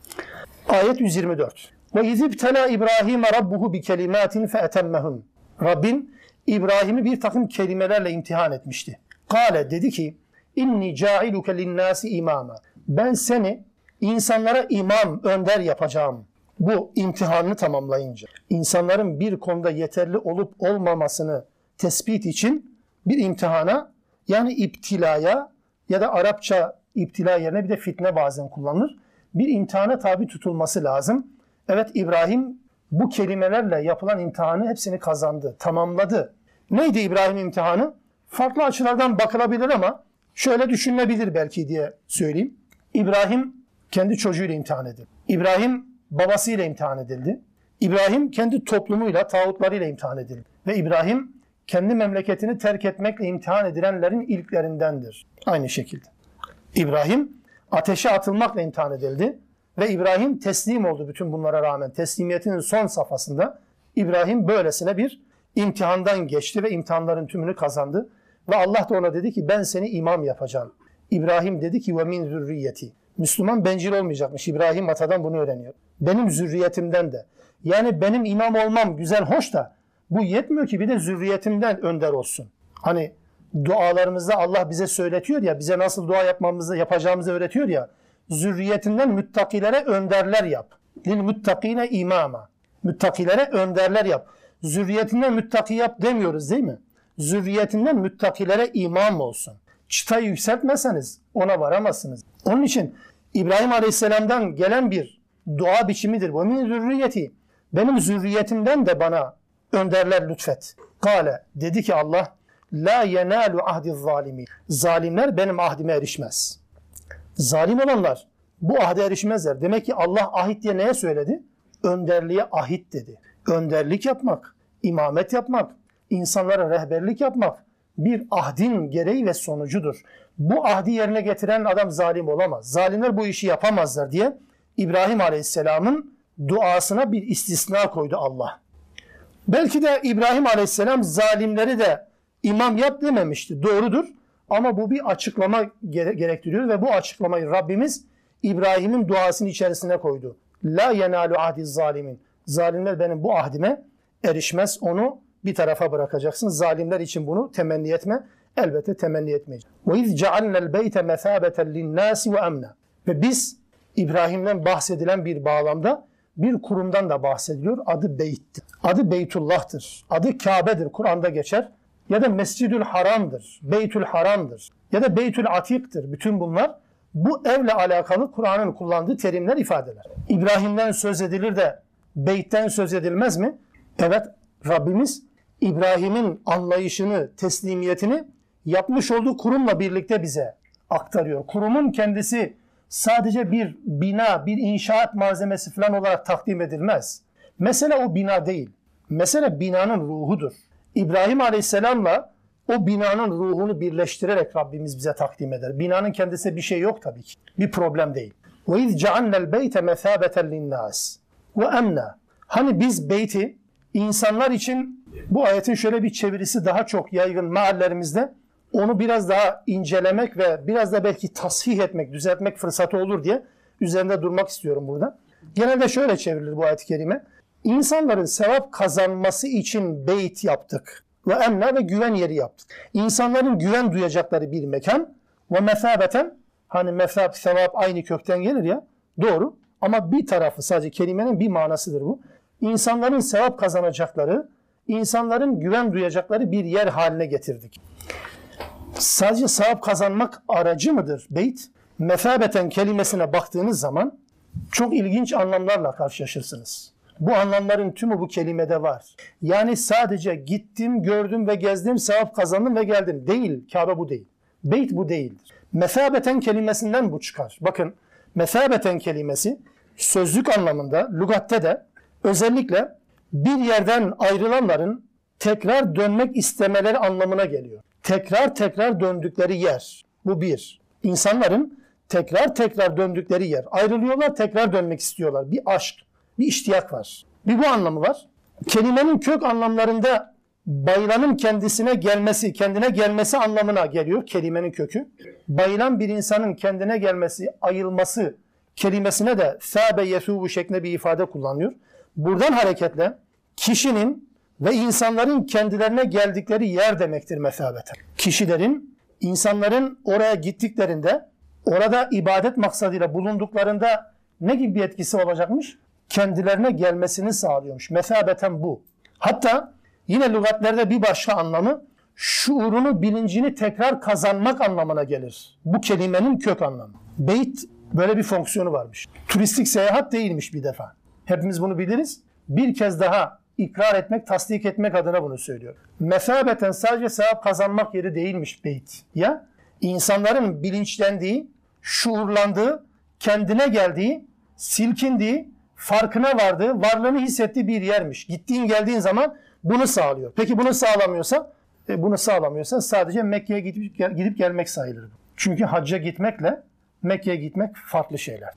Speaker 1: Ayet yüz yirmi dört. Ve izibtela İbrahim rabbuhu bi kelimatin fe etemmehun. Rabbim İbrahim'i bir takım kelimelerle imtihan etmişti. Kale dedi ki: İnni ca'iluke linnâsi imama. Ben seni insanlara imam, önder yapacağım. Bu imtihanını tamamlayınca. İnsanların bir konuda yeterli olup olmamasını tespit için bir imtihana, yani iptilaya ya da Arapça iptila yerine bir de fitne bazen kullanılır. Bir imtihana tabi tutulması lazım. Evet, İbrahim bu kelimelerle yapılan imtihanı hepsini kazandı, tamamladı. Neydi İbrahim imtihanı? Farklı açılardan bakılabilir ama şöyle düşünülebilir belki diye söyleyeyim. İbrahim kendi çocuğuyla imtihan edildi. İbrahim babasıyla imtihan edildi. İbrahim kendi toplumuyla, tağutlarıyla imtihan edildi. Ve İbrahim kendi memleketini terk etmekle imtihan edilenlerin ilklerindendir. Aynı şekilde. İbrahim ateşe atılmakla imtihan edildi. Ve İbrahim teslim oldu bütün bunlara rağmen. Teslimiyetinin son safhasında İbrahim böylesine bir imtihandan geçti ve imtihanların tümünü kazandı. Ve Allah da ona dedi ki ben seni imam yapacağım. İbrahim dedi ki ve min zürriyeti. Müslüman bencil olmayacakmış. İbrahim atadan bunu öğreniyor. Benim zürriyetimden de. Yani benim imam olmam güzel, hoş da bu yetmiyor ki bir de zürriyetimden önder olsun. Hani dualarımızda Allah bize söyletiyor ya, bize nasıl dua yapmamızı, yapacağımızı öğretiyor ya. Zürriyetinden müttakilere önderler yap. Lil müttakine imama. Müttakilere önderler yap. Zürriyetinden müttaki yap demiyoruz değil mi? Zürriyetinden müttakilere imam olsun. Çıtayı yükseltmezseniz ona varamazsınız. Onun için İbrahim Aleyhisselam'dan gelen bir dua biçimidir. Bu min zürriyeti. Benim zürriyetimden de bana önderler lütfet. Kale, dedi ki Allah, la yenalu ahdi zalimin. Zalimler benim ahdime erişmez. Zalim olanlar bu ahde erişmezler. Demek ki Allah ahit diye neye söyledi? Önderliğe ahit dedi. Önderlik yapmak, imamet yapmak, insanlara rehberlik yapmak bir ahdin gereği ve sonucudur. Bu ahdi yerine getiren adam zalim olamaz. Zalimler bu işi yapamazlar diye İbrahim Aleyhisselam'ın duasına bir istisna koydu Allah. Belki de İbrahim Aleyhisselam zalimleri de imam yap dememişti. Doğrudur. Ama bu bir açıklama gere- gerektiriyor ve bu açıklamayı Rabbimiz İbrahim'in duasının içerisine koydu. La yenalu ahdi zalimin. Zalimler benim bu ahdime erişmez. Onu bir tarafa bırakacaksın. Zalimler için bunu temenni etme. Elbette temenni etmeyeceğim. Ve iz cealnel beyte mesabeten linnâsi ve emna. Ve biz İbrahim'den bahsedilen bir bağlamda bir kurumdan da bahsediliyor. Adı Beyt'tir. Adı Beytullah'tır. Adı Kabe'dir. Kur'an'da geçer. ya da Mescidül Haram'dır, Beytül Haram'dır ya da Beytül Atik'tir. Bütün bunlar bu evle alakalı Kur'an'ın kullandığı terimler, ifadeler. İbrahim'den söz edilir de Beyt'ten söz edilmez mi? Evet, Rabbimiz İbrahim'in anlayışını, teslimiyetini yapmış olduğu kurumla birlikte bize aktarıyor. Kurumun kendisi sadece bir bina, bir inşaat malzemesi falan olarak takdim edilmez. Mesele o bina değil. Mesele binanın ruhudur. İbrahim Aleyhisselam'la o binanın ruhunu birleştirerek Rabbimiz bize takdim eder. Binanın kendisi bir şey yok tabii ki. Bir problem değil. وَاِذْ جَعَلْنَا الْبَيْتَ مَثَابَةً لِلنَّاسِ وَاَمْنًا. Hani biz beyti insanlar için, bu ayetin şöyle bir çevirisi daha çok yaygın meallerimizde, onu biraz daha incelemek ve biraz da belki tasfih etmek, düzeltmek fırsatı olur diye üzerinde durmak istiyorum burada. Genelde şöyle çevrilir bu ayet-i kerime. İnsanların sevap kazanması için beyt yaptık. Ve emna ve güven yeri yaptık. İnsanların güven duyacakları bir mekan. Ve mesabeten, hani mesab, sevap aynı kökten gelir ya, doğru. Ama bir tarafı, sadece kelimenin bir manasıdır bu. İnsanların sevap kazanacakları, insanların güven duyacakları bir yer haline getirdik. Sadece sevap kazanmak aracı mıdır beyt? Mesabeten kelimesine baktığınız zaman çok ilginç anlamlarla karşılaşırsınız. Bu anlamların tümü bu kelimede var. Yani sadece gittim, gördüm ve gezdim, sevap kazandım ve geldim. Değil, Kabe bu değil. Beyt bu değildir. Mesabeten kelimesinden bu çıkar. Bakın, mesabeten kelimesi sözlük anlamında, lügatte de özellikle bir yerden ayrılanların tekrar dönmek istemeleri anlamına geliyor. Tekrar tekrar döndükleri yer. Bu bir. İnsanların tekrar tekrar döndükleri yer. Ayrılıyorlar, tekrar dönmek istiyorlar. Bir aşk, bir iştiyak var. Bir bu anlamı var. Kelimenin kök anlamlarında bayılanın kendisine gelmesi, kendine gelmesi anlamına geliyor kelimenin kökü. Bayılan bir insanın kendine gelmesi, ayılması kelimesine de sâbe yesûbu şeklinde bir ifade kullanılıyor. Buradan hareketle kişinin ve insanların kendilerine geldikleri yer demektir mesabeten. Kişilerin, insanların oraya gittiklerinde, orada ibadet maksadıyla bulunduklarında ne gibi bir etkisi olacakmış? Kendilerine gelmesini sağlıyormuş. Mesabeten bu. Hatta yine lügatlerde bir başka anlamı, şuurunu, bilincini tekrar kazanmak anlamına gelir. Bu kelimenin kök anlamı. Beyt böyle bir fonksiyonu varmış. Turistik seyahat değilmiş bir defa. Hepimiz bunu biliriz. Bir kez daha ikrar etmek, tasdik etmek adına bunu söylüyor. Mesabeten sadece sevap kazanmak yeri değilmiş beyt. Ya insanların bilinçlendiği, şuurlandığı, kendine geldiği, silkindiği, farkına vardığı, varlığını hissettiği bir yermiş. Gittiğin geldiğin zaman bunu sağlıyor. Peki bunu sağlamıyorsa, e bunu sağlamıyorsa sadece Mekke'ye gidip, gel, gidip gelmek sayılır. Çünkü hacca gitmekle Mekke'ye gitmek farklı şeyler.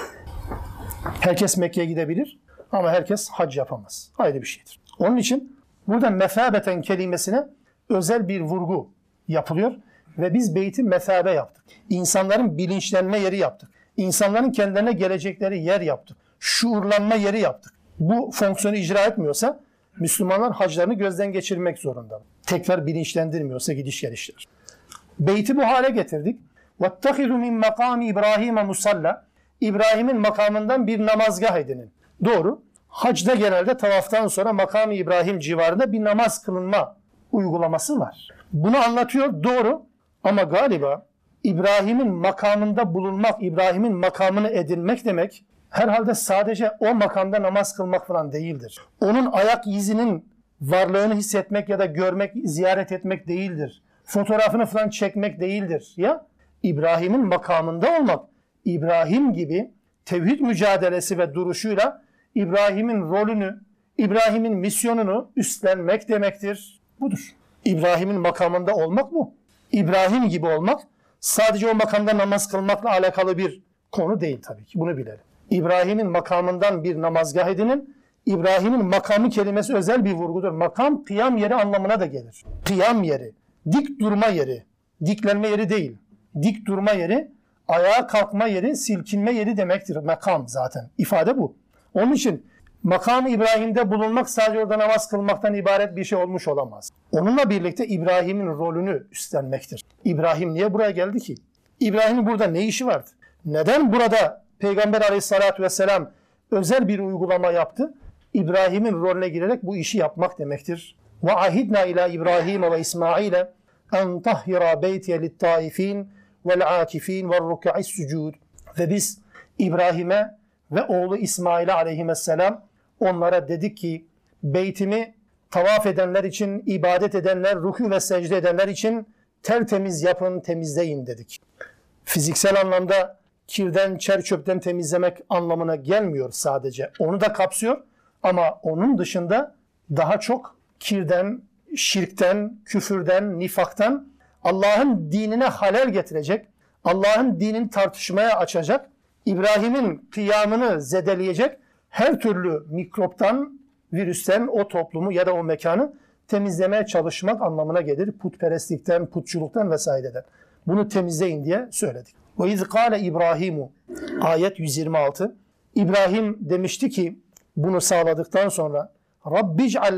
Speaker 1: Herkes Mekke'ye gidebilir ama herkes hac yapamaz. Ayrı bir şeydir. Onun için burada mesabeten kelimesine özel bir vurgu yapılıyor ve biz beyti mesabe yaptık. İnsanların bilinçlenme yeri yaptık. İnsanların kendilerine gelecekleri yer yaptık. Şuurlanma yeri yaptık. Bu fonksiyonu icra etmiyorsa Müslümanlar haclarını gözden geçirmek zorunda. Tekrar bilinçlendirmiyorsa gidiş gelişler. Beyti bu hale getirdik. وَاتَّخِذُ مِنْ مَقَامِ İbrahim'e musalla. İbrahim'in makamından bir namazgah edinin. Doğru. Hacda genelde tavaftan sonra makam-ı İbrahim civarında bir namaz kılınma uygulaması var. Bunu anlatıyor, doğru. Ama galiba İbrahim'in makamında bulunmak, İbrahim'in makamını edinmek demek herhalde sadece o makamda namaz kılmak falan değildir. Onun ayak izinin varlığını hissetmek ya da görmek, ziyaret etmek değildir. Fotoğrafını falan çekmek değildir. Ya İbrahim'in makamında olmak, İbrahim gibi tevhid mücadelesi ve duruşuyla İbrahim'in rolünü, İbrahim'in misyonunu üstlenmek demektir. Budur. İbrahim'in makamında olmak bu. İbrahim gibi olmak sadece o makamda namaz kılmakla alakalı bir konu değil tabii ki. Bunu bilelim. İbrahim'in makamından bir namazgah edinin. İbrahim'in makamı kelimesi özel bir vurgudur. Makam kıyam yeri anlamına da gelir. Kıyam yeri, dik durma yeri, diklenme yeri değil. Dik durma yeri, ayağa kalkma yeri, silkinme yeri demektir. Makam zaten. İfade bu. Onun için makam-ı İbrahim'de bulunmak sadece orada namaz kılmaktan ibaret bir şey olmuş olamaz. Onunla birlikte İbrahim'in rolünü üstlenmektir. İbrahim niye buraya geldi ki? İbrahim'in burada ne işi vardı? Neden burada Peygamber Aleyhisselatü vesselam özel bir uygulama yaptı? İbrahim'in rolüne girerek bu işi yapmak demektir. Ve ahidna ila İbrahim ve İsmail'e en tahhira beytiye lit-taifin vel-akifin ve'r-ruk'is sucud. Ve biz İbrahim'e ve oğlu İsmail'e aleyhisselam onlara dedik ki beytimi tavaf edenler için, ibadet edenler, rükû ve secde edenler için tertemiz yapın, temizleyin dedik. Fiziksel anlamda kirden, çer çöpten temizlemek anlamına gelmiyor sadece. Onu da kapsıyor ama onun dışında daha çok kirden, şirkten, küfürden, nifaktan, Allah'ın dinine halel getirecek, Allah'ın dinini tartışmaya açacak, İbrahim'in kıyamını zedeleyecek her türlü mikroptan, virüsten o toplumu ya da o mekanı temizlemeye çalışmak anlamına gelir. Putperestlikten, putçuluktan vesaireden. Bunu temizleyin diye söyledik. Ve iz kâle İbrahimu ayet yüz yirmi altı. İbrahim demişti ki bunu sağladıktan sonra Rabbic'al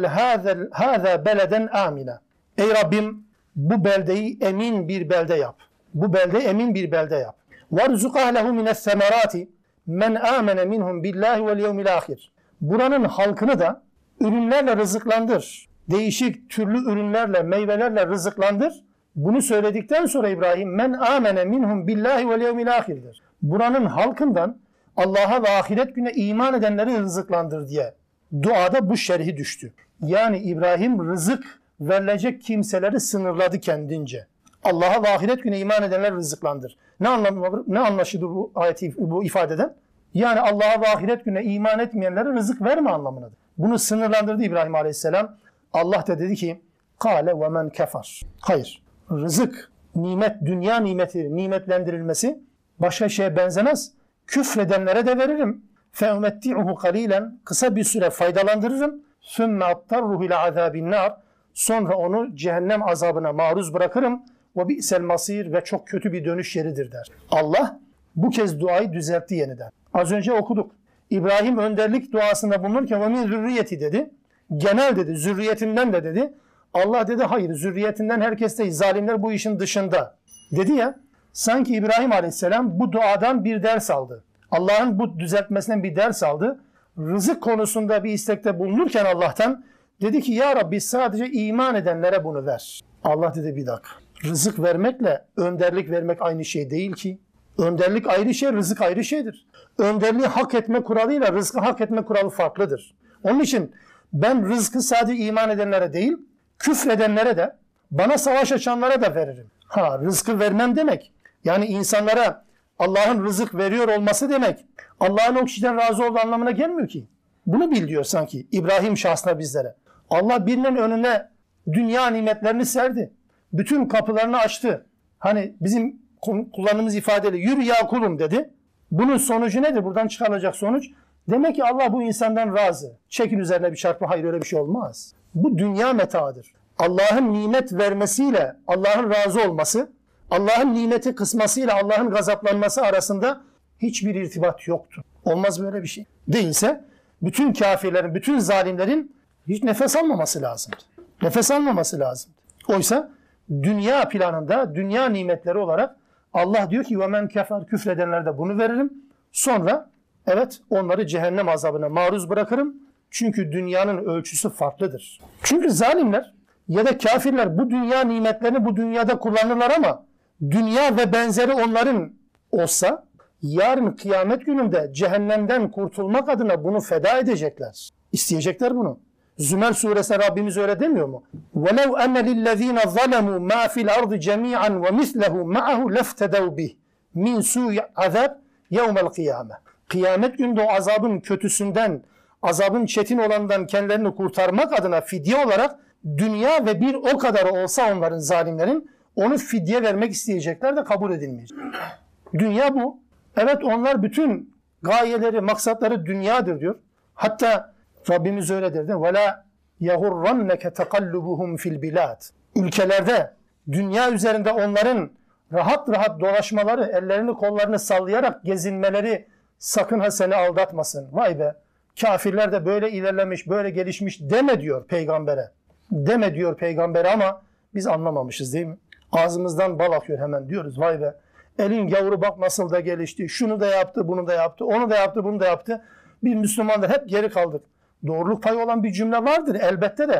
Speaker 1: hâzâ beleden âmina. Ey Rabbim bu beldeyi emin bir belde yap. Bu beldeyi emin bir belde yap. وَرْزُقَ اَهْلَهُ مِنَ الثَّمَرَاتِ مَنْ آمَنَ مِنْهُمْ بِاللّٰهِ وَالْيَوْمِ الْآخِرِ. Buranın halkını da ürünlerle rızıklandır. Değişik türlü ürünlerle, meyvelerle rızıklandır. Bunu söyledikten sonra İbrahim men amene minhum billahi vel yevmil ahirdir. Buranın halkından Allah'a ve ahiret gününe iman edenleri rızıklandır diye duada bu şerhi düştü. Yani İbrahim rızık verilecek kimseleri sınırladı kendince. Allah'a ve ahiret gününe iman edenleri rızıklandır. Ne anlamı, ne anlaşılır bu ayeti bu ifadeden? Yani Allah'a ve ahiret gününe iman etmeyenlere rızık verme anlamındadır. Bunu sınırlandırdı İbrahim Aleyhisselam. Allah da dedi ki kâle ve men kefar. Hayır. Rızık, nimet, dünya nimeti, nimetlendirilmesi başka şeye benzemez. Küfredenlere de veririm. فَاُمَتِّعُهُ قَلِيلًا Kısa bir süre faydalandırırım. ثُمَّ اَطَّرُّهُ اِلَى عَذَابِ النَّارِ Sonra onu cehennem azabına maruz bırakırım. وَبِئْسَ الْمَصِيرِ Ve çok kötü bir dönüş yeridir der. Allah bu kez duayı düzeltti yeniden. Az önce okuduk. İbrahim önderlik duasında bulunurken وَمِنْ zürriyeti dedi. Genel dedi, zürriyetinden de dedi. Allah dedi hayır, zürriyetinden herkes değil, zalimler bu işin dışında dedi ya. Sanki İbrahim Aleyhisselam bu duadan bir ders aldı. Allah'ın bu düzeltmesinden bir ders aldı. Rızık konusunda bir istekte bulunurken Allah'tan dedi ki ya Rabbi sadece iman edenlere bunu ver. Allah dedi bir dakika. Rızık vermekle önderlik vermek aynı şey değil ki. Önderlik ayrı şey, rızık ayrı şeydir. Önderliği hak etme kuralıyla rızkı hak etme kuralı farklıdır. Onun için ben rızkı sadece iman edenlere değil, küfredenlere de, bana savaş açanlara da veririm. Ha, rızkı vermem demek. Yani insanlara Allah'ın rızık veriyor olması demek. Allah'ın o kişiden razı olduğu anlamına gelmiyor ki. Bunu bil diyor sanki İbrahim şahsına bizlere. Allah birinin önüne dünya nimetlerini serdi. Bütün kapılarını açtı. Hani bizim kullandığımız ifadeyle yürü ya kulum dedi. Bunun sonucu nedir? Buradan çıkarılacak sonuç. Demek ki Allah bu insandan razı. Çekin üzerine bir çarpma. Hayır öyle bir şey olmaz. Bu dünya metaıdır. Allah'ın nimet vermesiyle Allah'ın razı olması, Allah'ın nimeti kısmasıyla Allah'ın gazaplanması arasında hiçbir irtibat yoktur. Olmaz böyle bir şey. Değilse bütün kafirlerin, bütün zalimlerin hiç nefes almaması lazımdı. Nefes almaması lazımdı. Oysa dünya planında, dünya nimetleri olarak Allah diyor ki وَمَنْ كَفَرْ Küfredenlere de bunu veririm. Sonra evet onları cehennem azabına maruz bırakırım. Çünkü dünyanın ölçüsü farklıdır. Çünkü zalimler ya da kafirler bu dünya nimetlerini bu dünyada kullanırlar ama dünya ve benzeri onların olsa yarın kıyamet gününde cehennemden kurtulmak adına bunu feda edecekler. İsteyecekler bunu. Zümer suresinde Rabbimiz öyle demiyor mu? وَلَوْ أَنَّ لِلَّذ۪ينَ ظَلَمُوا مَا فِي الْأَرْضِ جَمِيعًا وَمِثْلَهُ مَعَهُ لَفْتَدَوْ بِهِ مِنْ سُوءِ عَذَابِ يَوْمَ الْقِيَامَةِ Kıyamet günde o azabın kötüsünden, azabın çetin olandan kendilerini kurtarmak adına fidye olarak dünya ve bir o kadarı olsa onların, zalimlerin onu fidye vermek isteyecekler de kabul edilmeyecek. Dünya bu. Evet onlar bütün gayeleri, maksatları dünyadır diyor. Hatta Rabbimiz öyle derdi. وَلَا يَغُرَّنَّكَ تَقَلُّبُهُمْ فِي الْبِلَادِ Ülkelerde, dünya üzerinde onların rahat rahat dolaşmaları, ellerini kollarını sallayarak gezinmeleri sakın ha seni aldatmasın. Vay be, kafirler de böyle ilerlemiş, böyle gelişmiş deme diyor peygambere. Deme diyor peygambere ama biz anlamamışız değil mi? Ağzımızdan bal akıyor hemen diyoruz. Vay be, elin gavuru bak nasıl da gelişti. Şunu da yaptı, bunu da yaptı, onu da yaptı, bunu da yaptı. Bir Müslümanlar hep geri kaldık. Doğruluk payı olan bir cümle vardır elbette de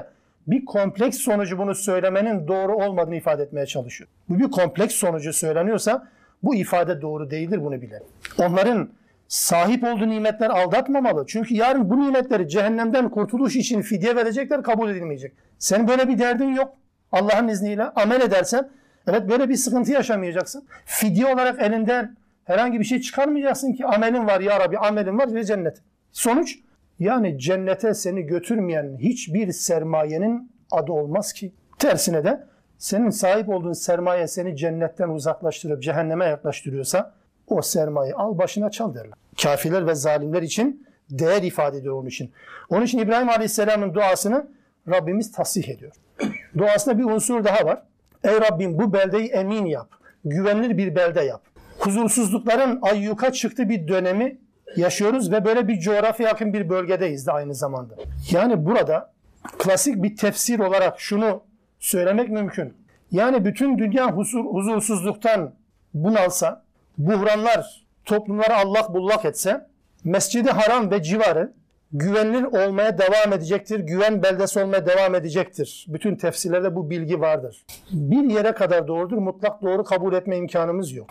Speaker 1: bir kompleks sonucu bunu söylemenin doğru olmadığını ifade etmeye çalışıyor. Bu bir kompleks sonucu söyleniyorsa bu ifade doğru değildir, bunu bilelim. Onların sahip olduğu nimetler aldatmamalı. Çünkü yarın bu nimetleri cehennemden kurtuluş için fidye verecekler, kabul edilmeyecek. Senin böyle bir derdin yok. Allah'ın izniyle amel edersen evet böyle bir sıkıntı yaşamayacaksın. Fidye olarak elinden herhangi bir şey çıkarmayacaksın ki amelin var ya Rabbi, amelin var ve cennet. Sonuç, yani cennete seni götürmeyen hiçbir sermayenin adı olmaz ki. Tersine de senin sahip olduğun sermaye seni cennetten uzaklaştırıp cehenneme yaklaştırıyorsa o sermayeyi al başına çal derler. Kafirler ve zalimler için değer ifade ediyor onun için. Onun için İbrahim Aleyhisselam'ın duasını Rabbimiz tasih ediyor. Duasında bir unsur daha var. Ey Rabbim bu beldeyi emin yap. Güvenilir bir belde yap. Huzursuzlukların ayyuka çıktığı bir dönemi yaşıyoruz ve böyle bir coğrafya yakın bir bölgedeyiz de aynı zamanda. Yani burada klasik bir tefsir olarak şunu söylemek mümkün. Yani bütün dünya huzur, huzursuzluktan bunalsa, buhranlar toplumları allak bullak etse, Mescid-i Haram ve civarı güvenilir olmaya devam edecektir, güven beldesi olmaya devam edecektir. Bütün tefsirlerde bu bilgi vardır. Bir yere kadar doğrudur, mutlak doğru kabul etme imkanımız yok.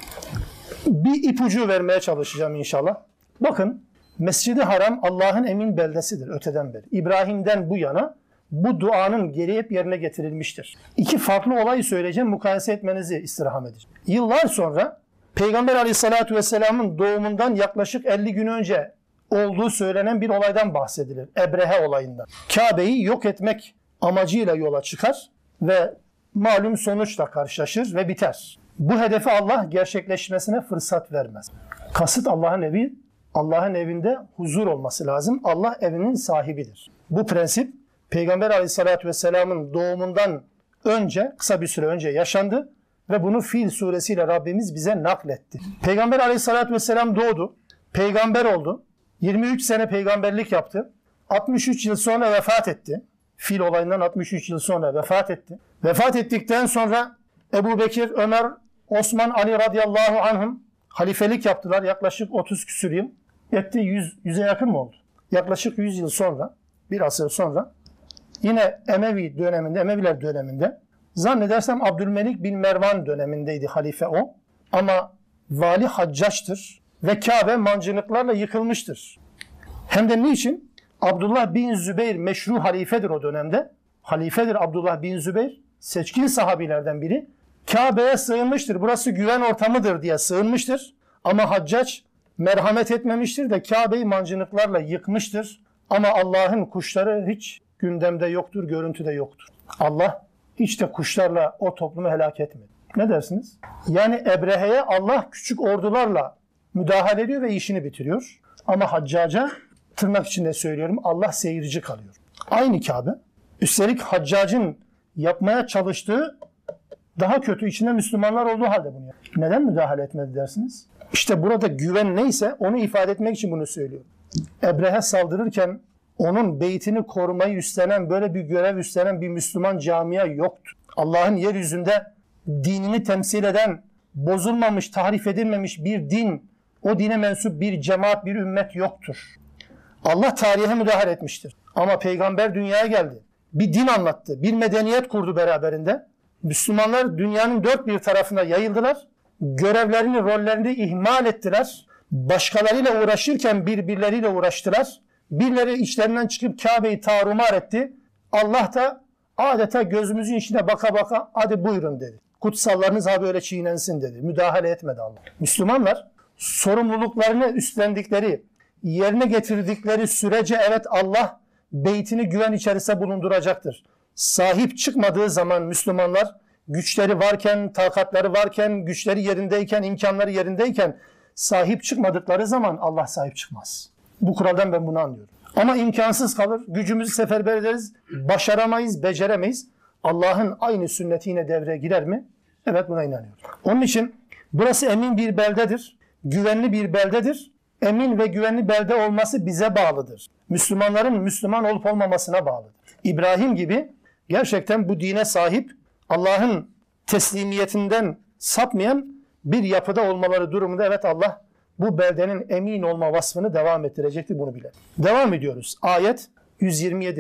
Speaker 1: Bir ipucu vermeye çalışacağım inşallah. Bakın, Mescid-i Haram Allah'ın emin beldesidir öteden beri. İbrahim'den bu yana bu duanın geri hep yerine getirilmiştir. İki farklı olayı söyleyeceğim, mukayese etmenizi istirham edeceğim. Yıllar sonra Peygamber Aleyhisselatü Vesselam'ın doğumundan yaklaşık elli gün önce olduğu söylenen bir olaydan bahsedilir. Ebrehe olayından. Kabe'yi yok etmek amacıyla yola çıkar ve malum sonuçla karşılaşır ve biter. Bu hedefi Allah gerçekleşmesine fırsat vermez. Kasıt Allah'ın evi, Allah'ın evinde huzur olması lazım. Allah evinin sahibidir. Bu prensip Peygamber Aleyhisselatü Vesselam'ın doğumundan önce, kısa bir süre önce yaşandı ve bunu Fil suresiyle Rabbimiz bize nakletti. Peygamber Aleyhisselatü Vesselam doğdu, peygamber oldu, yirmi üç sene peygamberlik yaptı, altmış üç yıl sonra vefat etti. Fil olayından altmış üç yıl sonra vefat etti. Vefat ettikten sonra Ebu Bekir, Ömer, Osman, Ali radıyallahu anhum halifelik yaptılar yaklaşık otuz küsur yıl. Etti yüz, yüze yakın mı oldu? Yaklaşık yüz yıl sonra, bir asır sonra yine Emevi döneminde, Emeviler döneminde, zannedersem Abdülmelik bin Mervan dönemindeydi halife o. Ama vali Haccaç'tır ve Kabe mancınıklarla yıkılmıştır. Hem de niçin? Abdullah bin Zübeyir meşru halifedir o dönemde. Halifedir Abdullah bin Zübeyir, seçkin sahabilerden biri. Kabe'ye sığınmıştır, burası güven ortamıdır diye sığınmıştır. Ama Haccac merhamet etmemiştir de Kabe'yi mancınıklarla yıkmıştır. Ama Allah'ın kuşları hiç gündemde yoktur, görüntüde yoktur. Allah hiç de kuşlarla o toplumu helak etmedi. Ne dersiniz? Yani Ebrehe'ye Allah küçük ordularla müdahale ediyor ve işini bitiriyor. Ama Haccac'a, tırnak içinde söylüyorum, Allah seyirci kalıyor. Aynı Kabe. Üstelik Haccac'ın yapmaya çalıştığı daha kötü, içinde Müslümanlar olduğu halde bunu yapıyor. Neden müdahale etmedi dersiniz? İşte burada güven neyse onu ifade etmek için bunu söylüyorum. Ebrehe saldırırken onun beytini korumayı üstlenen, böyle bir görev üstlenen bir Müslüman camia yoktu. Allah'ın yeryüzünde dinini temsil eden, bozulmamış, tahrif edilmemiş bir din, o dine mensup bir cemaat, bir ümmet yoktur. Allah tarihe müdahale etmiştir. Ama peygamber dünyaya geldi. Bir din anlattı, bir medeniyet kurdu beraberinde. Müslümanlar dünyanın dört bir tarafına yayıldılar. Görevlerini, rollerini ihmal ettiler. Başkalarıyla uğraşırken birbirleriyle uğraştılar. Birileri içlerinden çıkıp Kabe'yi tarumar etti. Allah da adeta gözümüzün içine baka baka hadi buyurun dedi. Kutsallarınız ha böyle çiğnensin dedi. Müdahale etmedi Allah. Müslümanlar sorumluluklarını üstlendikleri, yerine getirdikleri sürece evet Allah beytini güven içerisinde bulunduracaktır. Sahip çıkmadığı zaman Müslümanlar güçleri varken, takatları varken, güçleri yerindeyken, imkanları yerindeyken sahip çıkmadıkları zaman Allah sahip çıkmaz. Bu kuraldan ben bunu anlıyorum. Ama imkansız kalır, gücümüzü seferber ederiz, başaramayız, beceremeyiz. Allah'ın aynı sünneti yine devreye girer mi? Evet, buna inanıyorum. Onun için burası emin bir beldedir, güvenli bir beldedir. Emin ve güvenli belde olması bize bağlıdır. Müslümanların Müslüman olup olmamasına bağlıdır. İbrahim gibi gerçekten bu dine sahip, Allah'ın teslimiyetinden sapmayan bir yapıda olmaları durumunda evet Allah bu beldenin emin olma vasfını devam ettirecektir, bunu bile. Devam ediyoruz. Ayet yüz yirmi yedi.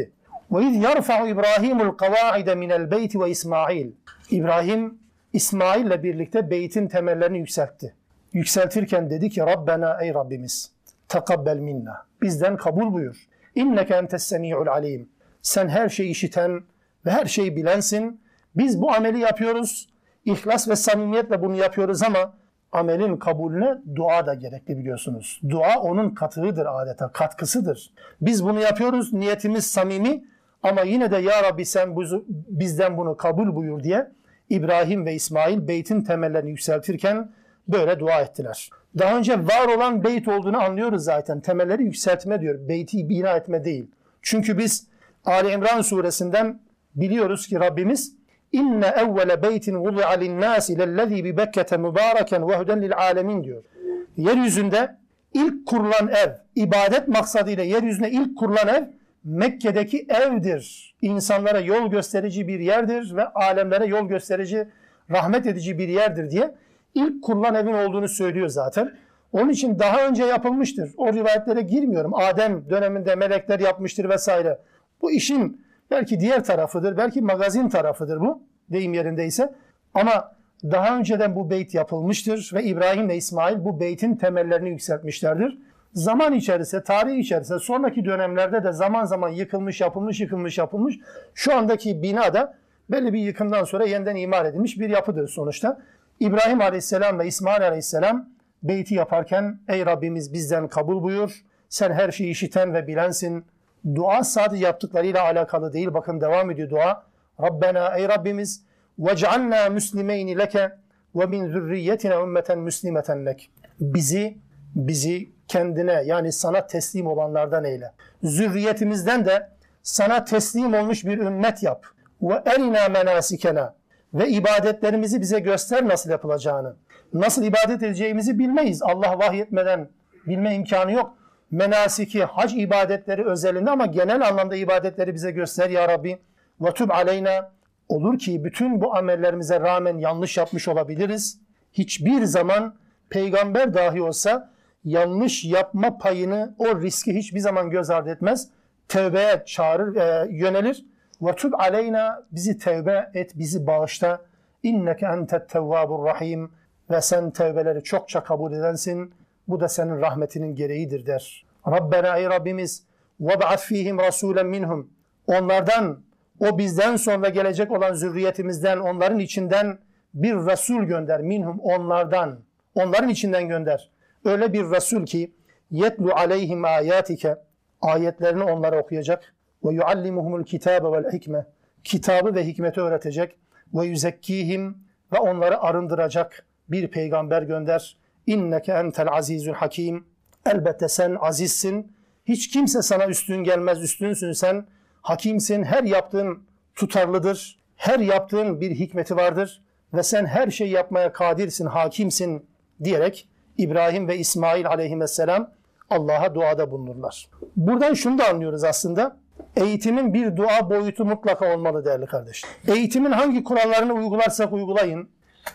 Speaker 1: وَاِذْ يَرْفَعُ إِبْرَاهِيمُ الْقَوَاعِدَ مِنَ الْبَيْتِ وَإِسْمَاعِيلِ İbrahim İsmail'le birlikte beytin temellerini yükseltti. Yükseltirken dedi ki Rabbena, ey Rabbimiz, takabbel minna, bizden kabul buyur. İnneke entes semi'ul alim. Sen her şeyi işiten ve her şeyi bilensin. Biz bu ameli yapıyoruz. İhlas ve samimiyetle bunu yapıyoruz ama amelin kabulüne dua da gerekli biliyorsunuz. Dua onun katığıdır adeta, katkısıdır. Biz bunu yapıyoruz, niyetimiz samimi ama yine de ya Rabbi sen bizden bunu kabul buyur diye İbrahim ve İsmail beytin temellerini yükseltirken böyle dua ettiler. Daha önce var olan beyt olduğunu anlıyoruz zaten. Temelleri yükseltme diyor, beyti bina etme değil. Çünkü biz Ali İmran suresinden biliyoruz ki Rabbimiz İnne evvele beytin vudi'a linnâsi lellezî bi Bekke'te mübâreken ve huden lil âlemin diyor. Yeryüzünde ilk kurulan ev, ibadet maksadıyla yeryüzüne ilk kurulan ev Mekke'deki evdir. İnsanlara yol gösterici bir yerdir ve alemlere yol gösterici, rahmet edici bir yerdir diye ilk kurulan evin olduğunu söylüyor zaten. Onun için daha önce yapılmıştır. O rivayetlere girmiyorum. Adem döneminde melekler yapmıştır vesaire. Bu işin belki diğer tarafıdır, belki magazin tarafıdır bu, deyim yerindeyse. Ama daha önceden bu beyt yapılmıştır ve İbrahim ve İsmail bu beytin temellerini yükseltmişlerdir. Zaman içerisinde, tarih içerisinde, sonraki dönemlerde de zaman zaman yıkılmış, yapılmış, yıkılmış, yapılmış. Şu andaki bina da belli bir yıkımdan sonra yeniden imar edilmiş bir yapıdır sonuçta. İbrahim Aleyhisselam ve İsmail Aleyhisselam beyti yaparken ey Rabbimiz bizden kabul buyur. Sen her şeyi işiten ve bilensin. Dua sadece yaptıklarıyla alakalı değil. Bakın devam ediyor dua. Rabbena, ey Rabbimiz vec'alna müslimeyni leke ve min zürriyetina ümmeten müslimeten lek. Bizi, bizi kendine yani sana teslim olanlardan eyle. Zürriyetimizden de sana teslim olmuş bir ümmet yap. Ve erina menasikena. Ve ibadetlerimizi bize göster nasıl yapılacağını. Nasıl ibadet edeceğimizi bilmeyiz. Allah vahyetmeden bilme imkanı yok. Menasiki, hac ibadetleri özelinde ama genel anlamda ibadetleri bize göster ya Rabbi. Ve tub aleyna. Olur ki bütün bu amellerimize rağmen yanlış yapmış olabiliriz. Hiçbir zaman peygamber dahi olsa yanlış yapma payını, o riski hiçbir zaman göz ardı etmez. Tevbeye çağırır, e, yönelir. Ve tub aleyna, bizi tevbe et, bizi bağışla. İnneke entet tevvabur rahim. Ve sen tevbeleri çokça kabul edensin. Bu da senin rahmetinin gereğidir der. Rabbena, ey Rabbimiz وَبْعَثْ ف۪يهِمْ رَسُولًا minhum. Onlardan, o bizden sonra gelecek olan zürriyetimizden, onların içinden bir Resul gönder. Minhum, onlardan. Onların içinden gönder. Öyle bir Resul ki yetlu aleyhim ayatike. Ayetlerini onlara okuyacak. Ve yuallimuhumul kitabe vel hikme. Kitabı ve hikmeti öğretecek. Ve yüzekkihim, ve onları arındıracak bir peygamber gönder. İnneke entel azizül hakim. Elbette sen azizsin. Hiç kimse sana üstün gelmez, üstünsün sen. Hakimsin, her yaptığın tutarlıdır. Her yaptığın bir hikmeti vardır. Ve sen her şeyi yapmaya kadirsin, hakimsin diyerek İbrahim ve İsmail aleyhisselam Allah'a duada bulunurlar. Buradan şunu da anlıyoruz aslında. Eğitimin bir dua boyutu mutlaka olmalı değerli kardeşler. Eğitimin hangi kurallarını uygularsak uygulayın,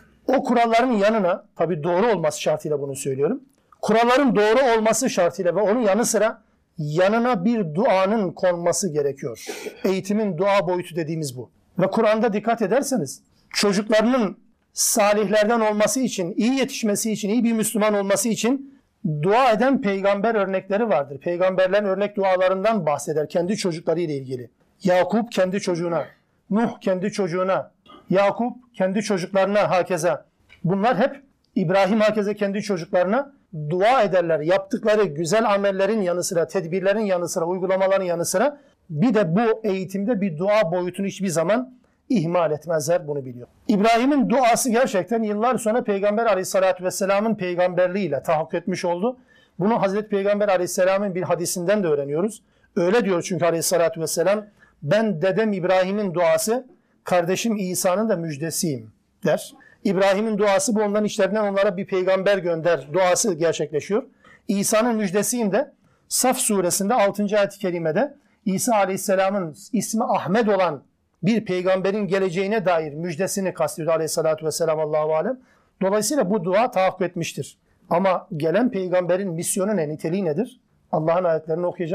Speaker 1: o kuralların yanına, tabii doğru olması şartıyla bunu söylüyorum. Kuralların doğru olması şartıyla ve onun yanı sıra yanına bir duanın konması gerekiyor. Eğitimin dua boyutu dediğimiz bu. Ve Kur'an'da dikkat ederseniz çocuklarının salihlerden olması için, iyi yetişmesi için, iyi bir Müslüman olması için dua eden peygamber örnekleri vardır. Peygamberlerin örnek dualarından bahseder kendi çocuklarıyla ilgili. Yakup kendi çocuğuna, Nuh kendi çocuğuna, Yakup kendi çocuklarına hakeza. Bunlar hep İbrahim hakeza kendi çocuklarına dua ederler. Yaptıkları güzel amellerin yanı sıra, tedbirlerin yanı sıra, uygulamaların yanı sıra bir de bu eğitimde bir dua boyutunu hiçbir zaman ihmal etmezler, bunu biliyor. İbrahim'in duası gerçekten yıllar sonra Peygamber Aleyhisselatü Vesselam'ın peygamberliğiyle tahakkuk etmiş oldu. Bunu Hazreti Peygamber Aleyhisselam'ın bir hadisinden de öğreniyoruz. Öyle diyor çünkü Aleyhisselatü Vesselam, ben dedem İbrahim'in duası, kardeşim İsa'nın da müjdesiyim der. İbrahim'in duası bu, onların içlerinden onlara bir peygamber gönder duası gerçekleşiyor. İsa'nın müjdesiyim de Saf suresinde altıncı ayet-i kerimede İsa Aleyhisselam'ın ismi Ahmet olan bir peygamberin geleceğine dair müjdesini kastediyor Aleyhisselatü Vesselam, Allahu alem. Dolayısıyla bu dua tahakkuk etmiştir. Ama gelen peygamberin misyonu ne, niteliği nedir? Allah'ın ayetlerini okuyacak,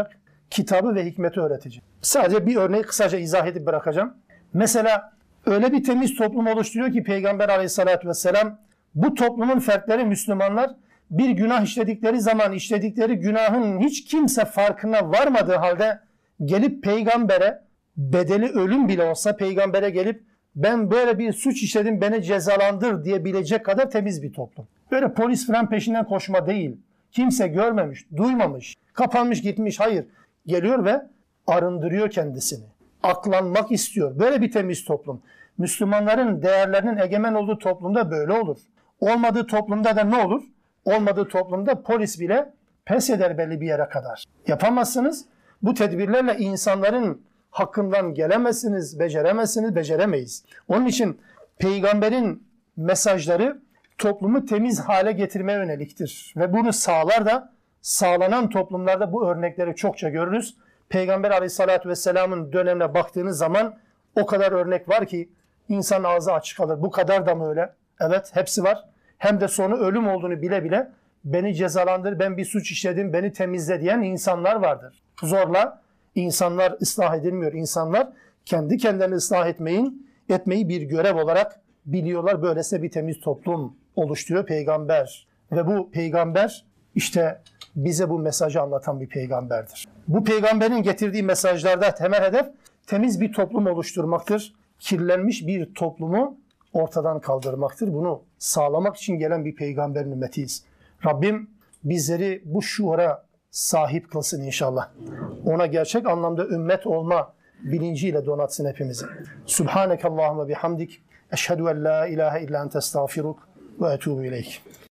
Speaker 1: kitabı ve hikmeti öğretecek. Sadece bir örneği kısaca izah edip bırakacağım. Mesela öyle bir temiz toplum oluşturuyor ki Peygamber aleyhissalatü vesselam, bu toplumun fertleri Müslümanlar bir günah işledikleri zaman işledikleri günahın hiç kimse farkına varmadığı halde gelip peygambere, bedeli ölüm bile olsa peygambere gelip ben böyle bir suç işledim beni cezalandır diyebilecek kadar temiz bir toplum. Böyle polis falan peşinden koşma değil. Kimse görmemiş, duymamış, kapanmış gitmiş. Hayır. Geliyor ve arındırıyor kendisini. Aklanmak istiyor. Böyle bir temiz toplum. Müslümanların değerlerinin egemen olduğu toplumda böyle olur. Olmadığı toplumda da ne olur? Olmadığı toplumda polis bile pes eder belli bir yere kadar. Yapamazsınız. Bu tedbirlerle insanların hakkından gelemezsiniz, beceremezsiniz, beceremeyiz. Onun için peygamberin mesajları toplumu temiz hale getirmeye yöneliktir. Ve bunu sağlar da sağlanan toplumlarda bu örnekleri çokça görürüz. Peygamber aleyhissalatü vesselamın dönemine baktığınız zaman o kadar örnek var ki insan ağzı açık kalır. Bu kadar da mı öyle? Evet, hepsi var. Hem de sonu ölüm olduğunu bile bile beni cezalandır, ben bir suç işledim, beni temizle diyen insanlar vardır. Zorla insanlar ıslah edilmiyor. İnsanlar kendi kendilerini ıslah etmeyin, etmeyi bir görev olarak biliyorlar. Böylese bir temiz toplum oluşturuyor peygamber. Ve bu peygamber işte bize bu mesajı anlatan bir peygamberdir. Bu peygamberin getirdiği mesajlarda temel hedef temiz bir toplum oluşturmaktır. Kirlenmiş bir toplumu ortadan kaldırmaktır. Bunu sağlamak için gelen bir peygamberin ümmetiyiz. Rabbim bizleri bu şuura sahip kılsın inşallah. Ona gerçek anlamda ümmet olma bilinciyle donatsın hepimizi. Subhanekallahumma bihamdik. Eşhedü en la ilahe illa ente estağfiruk ve etûbü ileyk.